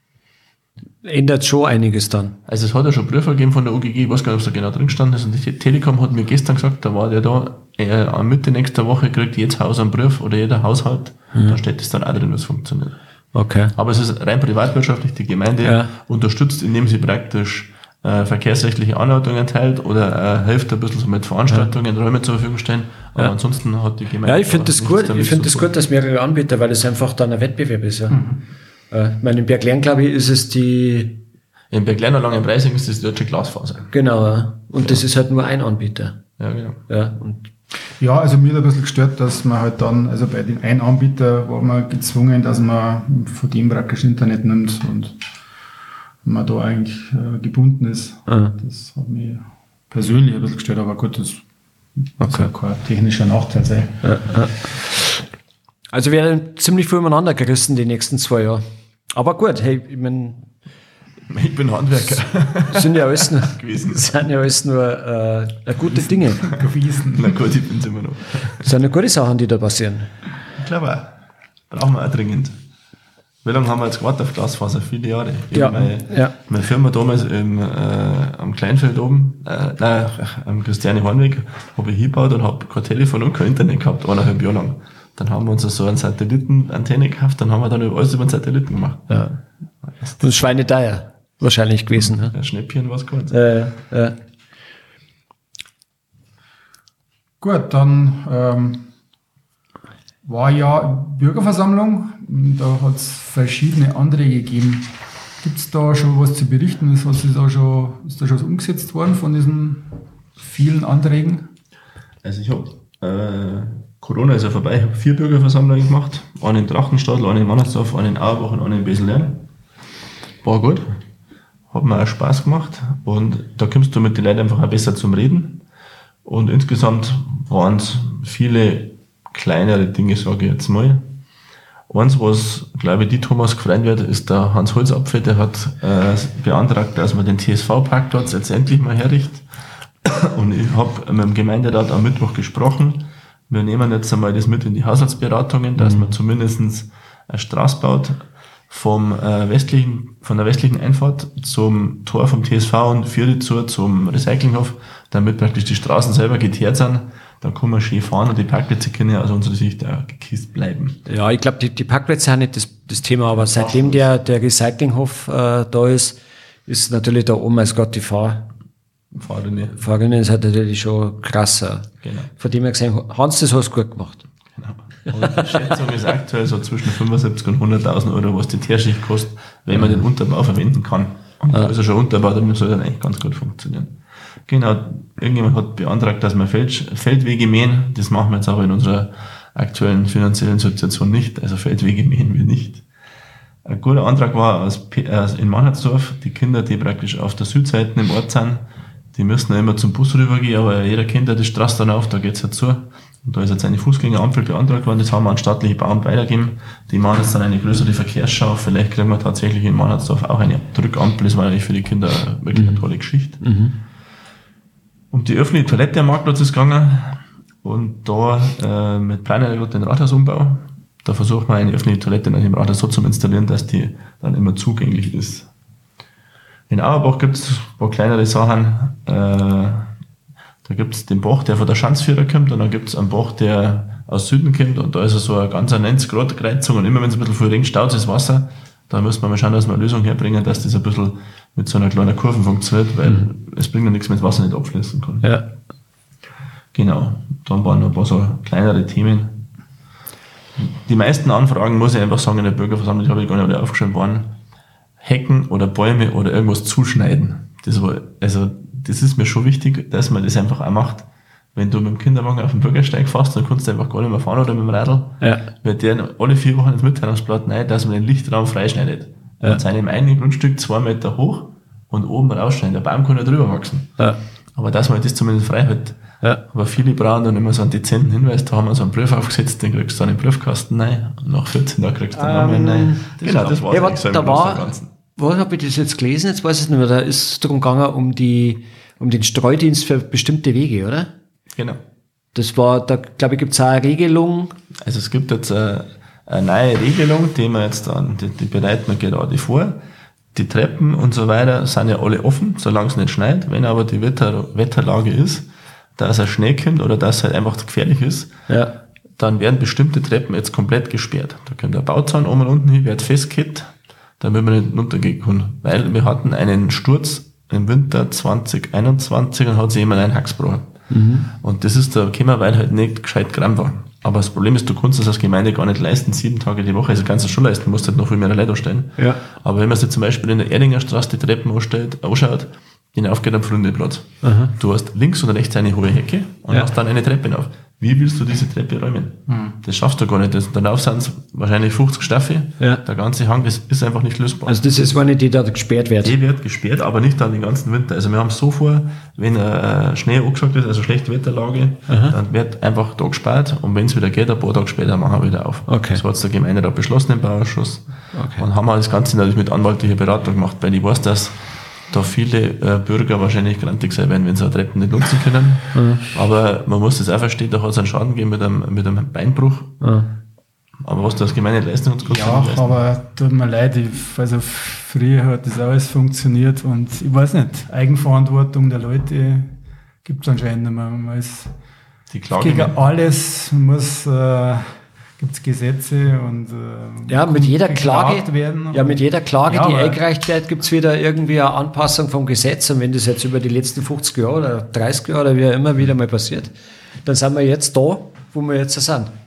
ändert schon einiges dann. Also es hat ja schon Prüfer gegeben von der U G G, ich weiß gar nicht, ob es da genau drin gestanden ist, und die Telekom hat mir gestern gesagt, da war der da, äh, Mitte nächster Woche kriegt jedes Haus einen Brief oder jeder Haushalt, mhm. da steht es dann auch drin, was funktioniert. Okay. Aber es ist rein privatwirtschaftlich, die Gemeinde ja. unterstützt, indem sie praktisch äh, verkehrsrechtliche Anleitungen teilt oder äh, hilft ein bisschen so mit Veranstaltungen, ja. Räume zur Verfügung stellen. Aber ja. ansonsten hat die Gemeinde... Ja, ich finde das gut, ich finde das gut, dass mehrere Anbieter, weil es einfach dann ein Wettbewerb ist. Ja. Mhm. Äh, ich meine, in Berglern, glaube ich, ist es die... In Berglern und Langenpreising ist das die deutsche Glasfaser. Genau, ja. Und ja. das ist halt nur ein Anbieter. Ja, genau. Ja, und Ja, also mir hat ein bisschen gestört, dass man halt dann, also bei dem einen Anbieter war man gezwungen, dass man von dem praktisch Internet nimmt und man da eigentlich äh, gebunden ist. Mhm. Das hat mich persönlich ein bisschen gestört, aber gut, das okay. soll kein technischer Nachteil sein. Ja, ja. Also wir werden ziemlich viel umeinander gerissen die nächsten zwei Jahre. Aber gut, hey, ich meine, ich bin Handwerker. Das sind ja alles nur, das sind ja alles nur äh, gute Dinge. Gewesen. Na gut, ich bin's immer noch. Das sind ja gute Sachen, die da passieren. Ich glaube auch. Brauchen wir auch dringend. Wie lange haben wir jetzt gewartet auf Glasfaser? Viele Jahre. Ich ja, meine, ja. meine Firma damals im, äh, am Kleinfeld oben, äh, nein, am Christiane Hornweg, habe ich hingebaut und habe kein Telefon und kein Internet gehabt, eineinhalb Jahre lang. Dann haben wir uns so eine Satellitenantenne gekauft, dann haben wir dann über alles über den Satelliten gemacht. Ja. Und Schweineteier wahrscheinlich gewesen. Ja, Schnäppchen war es gut. Äh, äh. Gut, dann ähm, war ja Bürgerversammlung. Da hat es verschiedene Anträge gegeben. Gibt es da schon was zu berichten? Ist, was ist, da schon, ist da schon was umgesetzt worden von diesen vielen Anträgen? Also ich habe, äh, Corona ist ja vorbei, ich habe vier Bürgerversammlungen gemacht. Eine in Drachenstadl, eine in Mannersdorf, eine in Auerbach und eine in Beselern. War gut. Hat mir auch Spaß gemacht. Und da kommst du mit den Leuten einfach auch besser zum Reden. Und insgesamt waren es viele kleinere Dinge, sage ich jetzt mal. Eins, was, glaube ich, die Thomas gefreut wird, ist der Hans Holzapfel, der hat äh, beantragt, dass man den T S V-Parkplatz jetzt endlich mal herrichtet. Und ich habe mit dem Gemeinderat am Mittwoch gesprochen. Wir nehmen jetzt einmal das mit in die Haushaltsberatungen, dass man zumindest eine Straße baut vom, äh, westlichen, von der westlichen Einfahrt zum Tor vom T S V und vierte zu zum Recyclinghof, damit praktisch die Straßen selber geteert sind. Dann kann man schön fahren und die Parkplätze können ja aus unserer Sicht auch gekisst bleiben. Ja, ich glaube, die, die Parkplätze sind nicht das, das Thema, aber seitdem der, der Recyclinghof äh, da ist, ist natürlich da oben als Gott die Fahr Fahrrinne. Fahrrinne ist halt natürlich schon krasser. Genau. Von dem her gesehen, Hans, das hast du gut gemacht. Genau. Und die Schätzung ist aktuell so zwischen fünfundsiebzig und hunderttausend Euro, was die Teerschicht kostet, wenn man den Unterbau verwenden kann. Und da ist ja schon Unterbau, dann soll dann eigentlich ganz gut funktionieren. Genau, irgendjemand hat beantragt, dass wir Feld, Feldwege mähen. Das machen wir jetzt aber in unserer aktuellen finanziellen Situation nicht. Also Feldwege mähen wir nicht. Ein guter Antrag war aus, aus in Mannersdorf. Die Kinder, die praktisch auf der Südseite im Ort sind, die müssen ja immer zum Bus rübergehen, aber jeder kennt ja die Straße dann auf, da geht's ja zu. Und da ist jetzt eine Fußgängerampel beantragt worden, das haben wir an staatliche Bauamt weitergegeben. Die machen jetzt dann eine größere Verkehrsschau. Vielleicht kriegen wir tatsächlich in Mannersdorf auch eine Drückampel. Das war eigentlich für die Kinder wirklich eine tolle Geschichte. Mhm. Um die öffentliche Toilette am Marktplatz ist gegangen und da äh, mit Planer gerade den Rathausumbau. Da versucht man eine öffentliche Toilette nach dem Rathaus so zu installieren, dass die dann immer zugänglich ist. In Auerbach gibt es ein paar kleinere Sachen. Äh, da gibt es den Bach, der von der Schanzführer kommt, und dann gibt es einen Bach, der aus Süden kommt, und da ist so eine ganz neunzig Grad Kreuzung, und immer wenn es ein bisschen viel regnet, staut das Wasser. Da müssen wir mal schauen, dass wir eine Lösung herbringen, dass das ein bisschen mit so einer kleinen Kurve funktioniert, weil mhm. es bringt ja nichts, wenn das Wasser nicht abfließen kann. Ja. Genau. Dann waren noch ein paar so kleinere Themen. Die meisten Anfragen, muss ich einfach sagen, in der Bürgerversammlung, die habe ich gar nicht alle aufgeschrieben, waren Hecken oder Bäume oder irgendwas zuschneiden. Das war, also, das ist mir schon wichtig, dass man das einfach auch macht. Wenn du mit dem Kinderwagen auf den Bürgersteig fährst, dann kannst du einfach gar nicht mehr fahren oder mit dem Radl. Ja. Weil der alle vier Wochen ins Mitteilungsblatt rein, dass man den Lichtraum freischneidet. Ja. Und seinem eigenen Grundstück zwei Meter hoch und oben rausschneiden. Der Baum kann ja drüber wachsen. Ja. Aber dass man das zumindest frei hat. Ja. Aber viele brauchen dann immer so einen dezenten Hinweis, da haben wir so einen Brief aufgesetzt, den kriegst du dann im Briefkasten rein. Und nach vierzehn Tagen kriegst du den Namen um, rein. Das genau, das war ja, es. Da war, wo habe ich das jetzt gelesen? Jetzt weiß ich nicht mehr. Da ist es darum gegangen, um die, um den Streudienst für bestimmte Wege, oder? Genau. Das war, da glaube ich, gibt es auch eine Regelung. Also es gibt jetzt eine, eine neue Regelung, die wir jetzt dann, die, die bereiten wir gerade vor. Die Treppen und so weiter sind ja alle offen, solange es nicht schneit. Wenn aber die Wetter, Wetterlage ist, dass er Schnee kommt oder dass es halt einfach gefährlich ist, ja. dann werden bestimmte Treppen jetzt komplett gesperrt. Da kommt der Bauzaun oben und unten hin, wird festgekippt, damit man nicht runtergehen kann. Weil wir hatten einen Sturz im Winter zwanzig einundzwanzig und hat sich jemand einen Hax gebrochen. Mhm. Und das ist da gekommen, weil halt nicht gescheit Gramm war. Aber das Problem ist, du kannst das als Gemeinde gar nicht leisten, sieben Tage die Woche. Also kannst du schon leisten, musst halt noch viel mehr Leute stellen. Ja. Aber wenn man sich zum Beispiel in der Erdinger Straße die Treppen anstellt, anschaut, hinaufgeht am Fründeplatz. Du hast links und rechts eine hohe Hecke und ja. hast dann eine Treppe hinauf. Wie willst du diese Treppe räumen? Mhm. Das schaffst du gar nicht. Das, darauf sind es wahrscheinlich fünfzig Staffeln. Ja. Der ganze Hang, das ist einfach nicht lösbar. Also das ist eine, die da gesperrt wird? Die wird gesperrt, aber nicht dann den ganzen Winter. Also wir haben es so vor, wenn äh, Schnee angesagt ist, also schlechte Wetterlage, aha. dann wird einfach da gesperrt, und wenn es wieder geht, ein paar Tage später machen wir wieder auf. Okay. Das hat der Gemeinde da beschlossen im Bauausschuss. Okay. Und haben wir das Ganze natürlich mit anwaltlicher Beratung gemacht, weil ich weiß, dass da viele äh, Bürger wahrscheinlich grantig sein werden, wenn sie eine Treppe nicht nutzen können. Mhm. Aber man muss das auch verstehen, da hat es einen Schaden gegeben mit einem, mit einem Beinbruch. Mhm. Aber was das Gemeinde leisten uns kann. Ja, aber tut mir leid, ich, also früher hat das alles funktioniert, und ich weiß nicht, Eigenverantwortung der Leute gibt es anscheinend nicht mehr. Man ist die Klage gegen alles, man muss... Äh, gibt es Gesetze und äh, ja, mit jeder Klage, werden. Ja, mit jeder Klage, ja, die eingereicht wird, gibt es wieder irgendwie eine Anpassung vom Gesetz. Und wenn das jetzt über die letzten fünfzig Jahre oder dreißig Jahre oder wie auch immer wieder mal passiert, dann sind wir jetzt da, wo wir jetzt sind.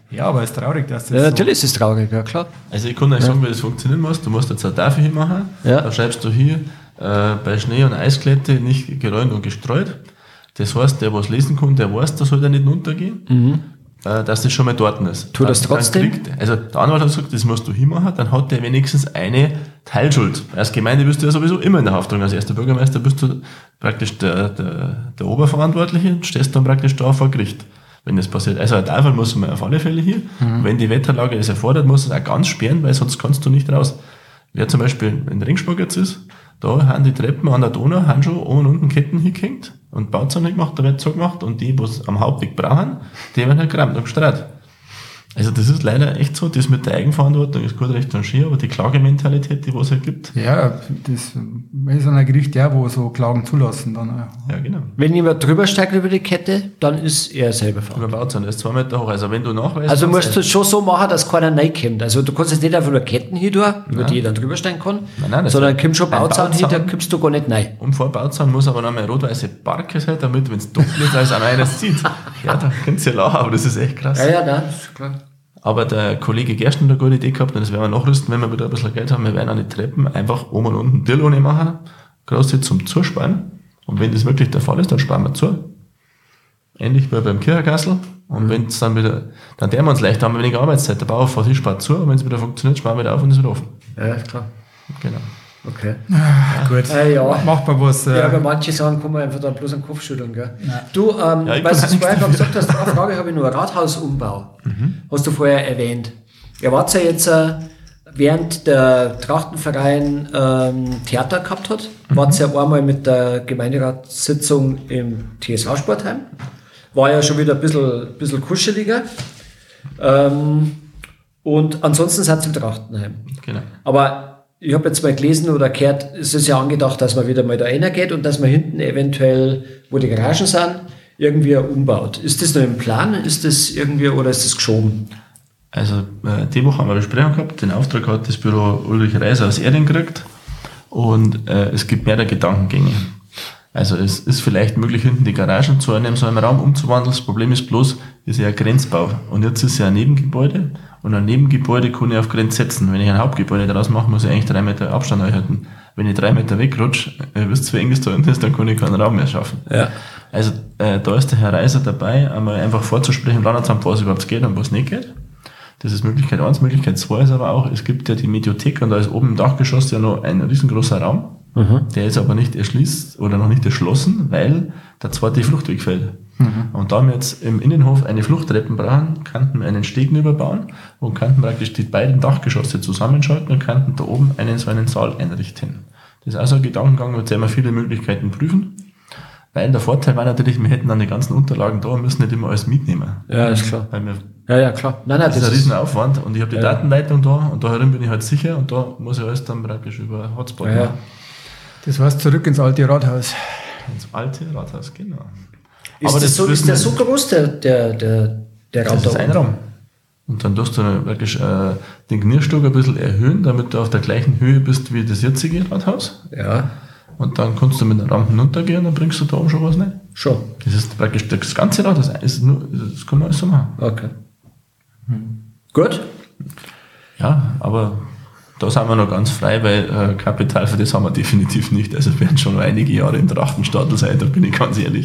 Ja, aber es ist traurig, dass das Ja, so... natürlich ist es traurig, ja klar. Also ich kann euch sagen, wie das funktionieren muss. Du musst jetzt eine Tafel hinmachen. Ja. Da schreibst du hier, äh, bei Schnee- und Eisglätte nicht geräumt und gestreut. Das heißt, der was lesen kann, der weiß, das soll er nicht untergehen. Mhm. Äh, dass das schon mal dort ist. Tut das Dann- trotzdem? dann kriegt- Also der Anwalt hat gesagt, das musst du hinmachen, dann hat der wenigstens eine Teilschuld. Als Gemeinde bist du ja sowieso immer in der Haftung. Als erster Bürgermeister bist du praktisch der, der, der Oberverantwortliche und stehst dann praktisch da vor Gericht, wenn das passiert. Also ein Teilfall muss man auf alle Fälle hier. Mhm. Wenn die Wetterlage es erfordert, muss es auch ganz sperren, weil sonst kannst du nicht raus. Wer zum Beispiel in Ringsburg jetzt ist, da haben die Treppen an der Donau, haben schon oben und unten Ketten hingehängt und Bauzahn gemacht, da wird so gemacht und die, was am Hauptweg brauchen, die werden halt gerammt und gestrahlt. Also das ist leider echt so, das mit der Eigenverantwortung ist gut recht und schön, aber die Klagementalität, die was halt gibt. Ja, das ist ein Gericht, ja, wo so Klagen zulassen. Dann, ja. Ja, genau. Wenn jemand drüber steigt über die Kette, dann ist er selber Über verantwortlich. Bauzahn, der ist zwei Meter hoch. Also wenn du nachweist... Also musst du du es schon so machen, dass keiner reinkommt. Also du kannst jetzt nicht einfach nur Ketten hin tun, über die jeder drüber steigen kann, Nein, nein, das sondern ist kommt schon ein Bauzahn hin, Bauzahn. da kommst du gar nicht rein. Und vor Bauzahn muss aber noch mal rot-weiße Barke sein, damit, wenn es dunkel ist, als einer es sieht. Ja, da könnt ihr lachen, aber das ist echt krass. Ja, ja, nein, ist klar. Aber der Kollege Gersten hat eine gute Idee gehabt und das werden wir nachrüsten, wenn wir wieder ein bisschen Geld haben. Wir werden an die Treppen einfach oben und unten Dirlohne machen, große zum Zusparen. Und wenn das wirklich der Fall ist, dann sparen wir zu. Ähnlich wie beim Kircherkassel. Und wenn es dann wieder, dann werden wir uns leicht haben, wir weniger Arbeitszeit. Der Bauer fährt sich spart zu und wenn es wieder funktioniert, sparen wir wieder auf und ist wieder offen. Ja, ist klar. Genau. Okay. Gut, Äh, ja. macht man was. Äh, Ja, aber manche Sachen kann man einfach dann bloß einen Kopf schütteln, gell? Du, ähm, Ja, ich weil kann du auch es vorher gerade nichts gesagt hast, eine Frage habe ich noch. Ein Rathausumbau. Hast du vorher erwähnt. Ihr wart ja jetzt, äh, während der Trachtenverein ähm, Theater gehabt hat, mhm. wart ihr ja einmal mit der Gemeinderatssitzung im T S V-Sportheim. War ja schon wieder ein bisschen, bisschen kuscheliger. Ähm, und ansonsten seid ihr im Trachtenheim. Genau. Aber ich habe jetzt mal gelesen oder gehört, es ist ja angedacht, dass man wieder mal da reingeht und dass man hinten eventuell, wo die Garagen sind, irgendwie umbaut. Ist das noch im Plan? Ist das irgendwie oder ist das geschoben? Also äh, die Woche haben wir eine Besprechung gehabt. Den Auftrag hat das Büro Ulrich Reiser aus Erding gekriegt und äh, es gibt mehrere Gedankengänge. Also es ist vielleicht möglich, hinten die Garagen zu einem so einem Raum umzuwandeln. Das Problem ist bloß, ist ja ein Grenzbau. Und jetzt ist ja ein Nebengebäude und ein Nebengebäude kann ich auf Grenz setzen. Wenn ich ein Hauptgebäude daraus mache, muss ich eigentlich drei Meter Abstand einhalten. Wenn ich drei Meter wegrutsche, äh, wisst ihr, wie eng es da unten ist, dann kann ich keinen Raum mehr schaffen. Ja. Also äh, da ist der Herr Reiser dabei, einmal einfach vorzusprechen im Landratsamt, was überhaupt geht und was nicht geht. Das ist Möglichkeit eins. Möglichkeit zwei ist aber auch, es gibt ja die Mediothek und da ist oben im Dachgeschoss ja noch ein riesengroßer Raum. Mhm. Der ist aber nicht erschließt oder noch nicht erschlossen, weil der zweite Fluchtweg fällt. Mhm. Und da wir jetzt im Innenhof eine Fluchttreppen brauchen, könnten wir einen Steg überbauen und könnten praktisch die beiden Dachgeschosse zusammenschalten und könnten da oben einen so einen Saal einrichten. Das ist also ein Gedankengang, mit dem wir viele Möglichkeiten prüfen. Weil der Vorteil war natürlich, wir hätten dann die ganzen Unterlagen da und müssen nicht immer alles mitnehmen. Ja, ist klar. Weil wir, Ja, ja, klar. Nein, nein, das, ist ein Riesenaufwand und ich habe die ja. Datenleitung da und da herum bin ich halt sicher und da muss ich alles dann praktisch über Hotspot Ja, ja. machen. das heißt, zurück ins alte Rathaus. Ins alte Rathaus, genau. Ist, Aber das das so, ist wissen der wir- so groß, der, der, der, der Raum Das ist da ein oben? Raum. Und dann tust du praktisch äh, den Knirschstock ein bisschen erhöhen, damit du auf der gleichen Höhe bist wie das jetzige Rathaus. Ja, Und dann kannst du mit der Rampe runtergehen und dann bringst du da oben schon was rein. schon. Das ist praktisch das ganze Rathaus. Ist nur, das kann man alles so machen. Okay. Gut. Ja, aber da sind wir noch ganz frei, weil äh, Kapital für das haben wir definitiv nicht. Also wir werden schon noch einige Jahre in Trachtenstadel sein, da bin ich ganz ehrlich.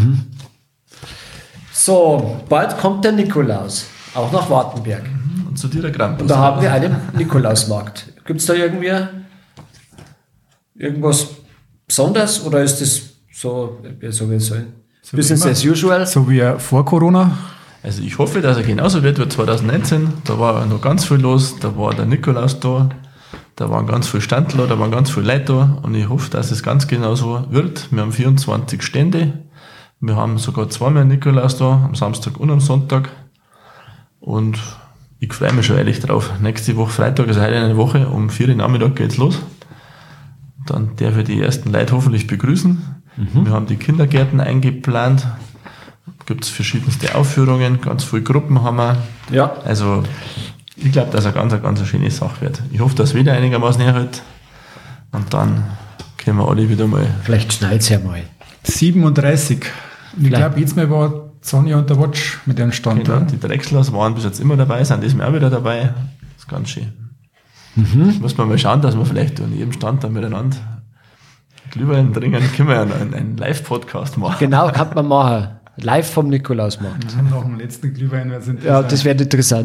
So, bald kommt der Nikolaus. Auch nach Wartenberg. Und zu dir der Krampus. Und da haben wir einen Nikolausmarkt. Gibt es da irgendwie irgendwas Besonderes oder ist das so, wie soll ich sagen, So Business wie immer. as usual? So wie vor Corona. Also ich hoffe, dass er genauso wird wie zwanzig neunzehn. Da war noch ganz viel los, da war der Nikolaus da, da waren ganz viele Standler, da waren ganz viele Leute da und ich hoffe, dass es ganz genauso wird. Wir haben vierundzwanzig Stände, wir haben sogar zweimal Nikolaus da, am Samstag und am Sonntag und ich freue mich schon ehrlich drauf. Nächste Woche Freitag, also heute eine Woche, um vier Uhr Nachmittag geht's los. Dann darf ich die ersten Leute hoffentlich begrüßen. Mhm. Wir haben die Kindergärten eingeplant. Gibt es verschiedenste Aufführungen, ganz viele Gruppen haben wir. Ja. Also ich glaube, dass es eine ganz, ganz eine schöne Sache wird. Ich hoffe, dass wieder einigermaßen herhält. Und dann können wir alle wieder mal. Vielleicht schneit es ja mal. siebenunddreißig. Und ich Vielleicht. glaube, jetzt mal war Sonja und der Watch mit dem Stand. Genau, Ja? die Drechslers waren bis jetzt immer dabei, sind diesmal auch wieder dabei. Das ist ganz schön. Mhm. Muss man mal schauen, dass wir vielleicht an jedem Stand dann miteinander Glühwein trinken, können wir ja einen, einen Live-Podcast machen. Genau, kann man machen. Live vom Nikolausmarkt. Ja, nach dem letzten Glühwein wäre es Ja, interessant. das wäre interessant.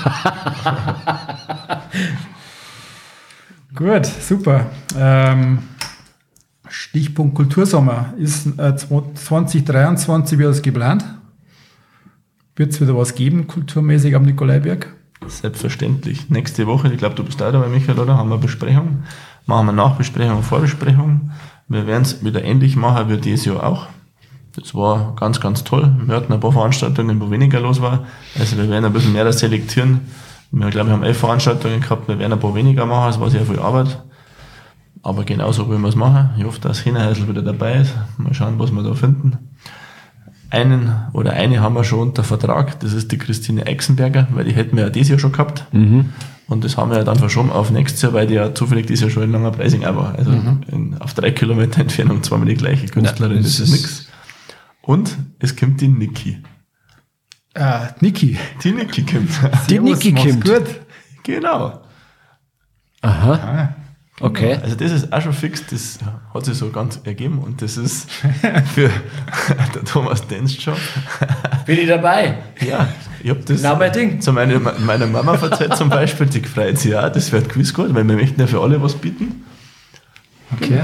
Gut, super. Ähm, Stichpunkt Kultursommer. Ist äh, zwanzig dreiundzwanzig wieder was geplant? Wird es wieder was geben, kulturmäßig am Nikolaiberg? Selbstverständlich. Nächste Woche, ich glaube, du bist da dabei, Michael, oder? Haben wir eine Besprechung. Machen wir Nachbesprechung und Vorbesprechung. Wir werden es wieder ähnlich machen wie dieses Jahr auch. Das war ganz, ganz toll. Wir hatten ein paar Veranstaltungen, wo weniger los war. Also wir werden ein bisschen mehr selektieren. Wir, glaube ich, haben elf Veranstaltungen gehabt. Wir werden ein paar weniger machen. Es war sehr viel Arbeit. Aber genauso wollen wir es machen. Ich hoffe, dass Hinnerheisel wieder dabei ist. Mal schauen, was wir da finden. Einen oder eine haben wir schon unter Vertrag. Das ist die Christine Eichsenberger, weil die hätten wir ja dieses Jahr schon gehabt. Mhm. Und das haben wir ja dann verschoben auf nächstes Jahr, weil die ja zufällig dieses Jahr schon in Langer Preising auch war. Also mhm. in, auf drei Kilometer Entfernung zweimal die gleiche Künstlerin. Ja, das, das ist nix. Und es kommt die Niki. Ah, Niki. Die Niki kommt. Die Niki kommt. Gut. Genau. Aha. Ah. Okay. Also das ist auch schon fix, das hat sich so ganz ergeben und das ist für der Thomas Denst schon. Bin ich dabei? Ja, ich hab das genau mein Ding. Zu meiner, meiner Mama verzeiht zum Beispiel, die freut sich auch, das wird gewiss gut, weil wir möchten ja für alle was bieten. Okay.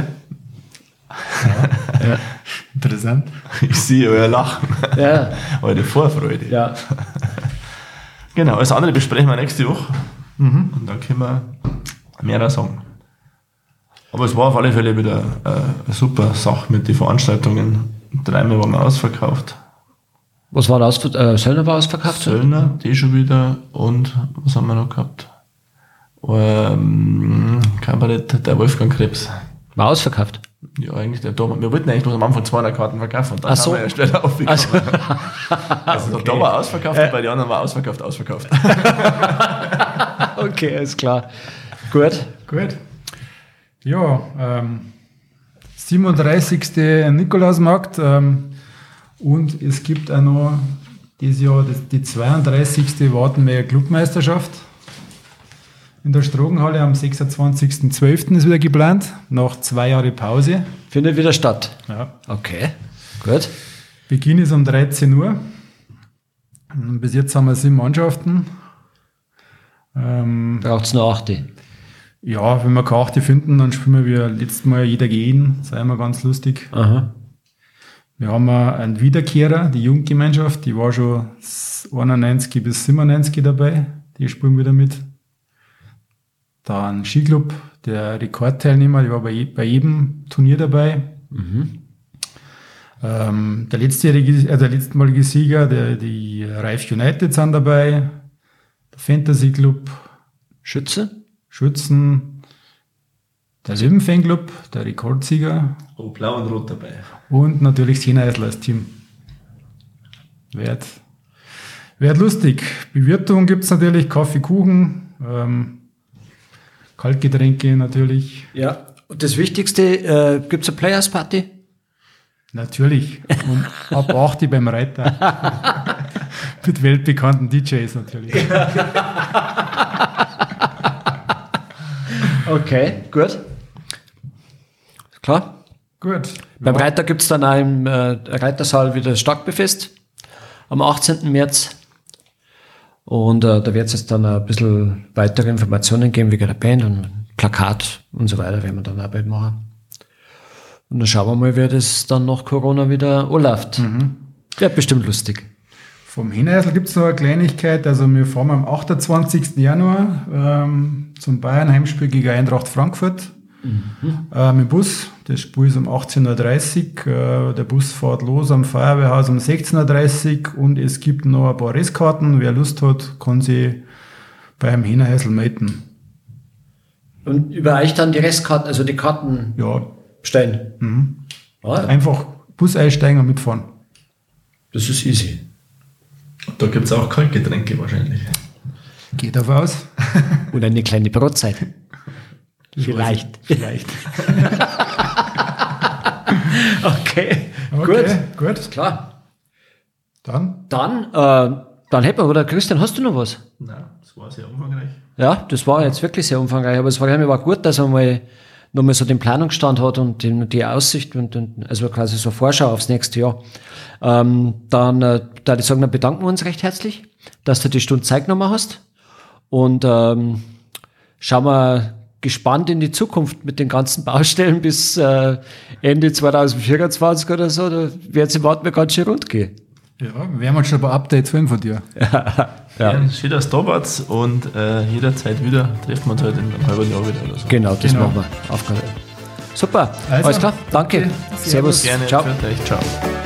Ja. Ja. Interessant. Ich sehe euer Lachen. Ja. Eure Vorfreude. Ja. Genau, alles andere besprechen wir nächste Woche. Mhm. Und dann können wir mehr sagen. Aber es war auf alle Fälle wieder äh, eine super Sache mit den Veranstaltungen. Dreimal waren wir ausverkauft. Was war das? Äh, Söllner war ausverkauft? Söllner, die schon wieder. Und was haben wir noch gehabt? Ähm, Kabarett, der Wolfgang Krebs. War ausverkauft? Ja, eigentlich der Thomas. Wir wollten eigentlich bloß am Anfang zweihundert Karten verkaufen und dann Ach so. haben wir ja schneller aufgekommen. Also, also okay. da war ausverkauft und bei den anderen war ausverkauft, ausverkauft. Okay, ist klar. Gut. Gut. Ja, ähm, siebenunddreißigste Nikolausmarkt ähm, und es gibt auch noch dieses Jahr das, die zweiunddreißigste Wartenberger Clubmeisterschaft in der Strogenhalle am sechsundzwanzigsten zwölften ist wieder geplant, nach zwei Jahren Pause. Findet wieder statt? Ja. Okay, gut. Beginn ist um dreizehn Uhr. Und bis jetzt haben wir sieben Mannschaften. Ähm, Braucht es noch acht? Ja, wenn wir keine Achte finden, dann spielen wir wie letztes Mal jeder gegen jeden. Das ist immer ganz lustig. Aha. Wir haben einen Wiederkehrer, die Jugendgemeinschaft, die war schon einundneunzig bis siebenundneunzig dabei. Die spielen wieder mit. Dann Skiclub, der Rekordteilnehmer, die war bei, je, bei jedem Turnier dabei. Mhm. Ähm, der letztjährige, äh, der letztmalige Sieger, der, die Reif United sind dabei. Der Fantasy Club. Schütze? Schützen, der Löwen-Fanclub, der Rekordsieger. Oh, blau und rot dabei. Und natürlich das Hinnerheisel als Team. Wird, wird lustig. Bewirtung gibt es natürlich, Kaffee, Kuchen, ähm, Kaltgetränke natürlich. Ja. Und das Wichtigste, äh, gibt es eine Players-Party? Natürlich. Und ab acht Uhr beim Reiter. Mit weltbekannten D Js natürlich. Okay, gut. Klar. Gut. Beim Ja. Reiter gibt es dann auch im äh, Reitersaal wieder das Starkbefest am achtzehnten März. Und äh, da wird es jetzt dann ein bisschen weitere Informationen geben wegen der Band und Plakat und so weiter, werden wir dann auch bald machen. Und dann schauen wir mal, wer das dann nach Corona wieder anläuft. Mhm. Wird bestimmt lustig. Vom Hinnerheisel gibt es noch eine Kleinigkeit. Also wir fahren am achtundzwanzigsten Januar ähm, zum Bayern-Heimspiel gegen Eintracht Frankfurt mhm. äh, mit dem Bus. Das Spiel ist um achtzehn Uhr dreißig. Äh, der Bus fährt los am Feuerwehrhaus um sechzehn Uhr dreißig und es gibt noch ein paar Restkarten. Wer Lust hat, kann sich beim Hinnerheisel melden. Und über euch dann die Restkarten, also die Karten Ja. stellen? Mhm. Ah, ja. Einfach Bus einsteigen und mitfahren. Das ist easy. Da gibt es auch Kaltgetränke wahrscheinlich. Geht davon aus. Und eine kleine Brotzeit. Vielleicht. Vielleicht. Okay, Okay, gut. gut. Klar. Dann? Dann, äh, dann hätten wir, oder Christian, hast du noch was? Nein, das war sehr umfangreich. Ja, das war jetzt wirklich sehr umfangreich, aber es war, war gut, dass er mal nochmal so den Planungsstand hat und die, die Aussicht und, und also quasi so Vorschau aufs nächste Jahr. Ähm, dann, äh, da ich sagen, dann bedanken wir uns recht herzlich, dass du die Stunde Zeit genommen hast und ähm, schauen wir gespannt in die Zukunft mit den ganzen Baustellen bis äh, Ende zwanzig vierundzwanzig oder so, da wird es im Wartenberg ganz schön rund gehen. Ja, wir werden uns schon ein paar Updates hören von dir. Ja. Ja, schön, dass du da wart und äh, jederzeit wieder treffen wir uns halt in einem halben Jahr wieder oder so. Genau, das Genau. machen wir. Aufgehört. Super, Also, alles klar, danke. okay. Servus, Gerne, ciao. für euch, ciao.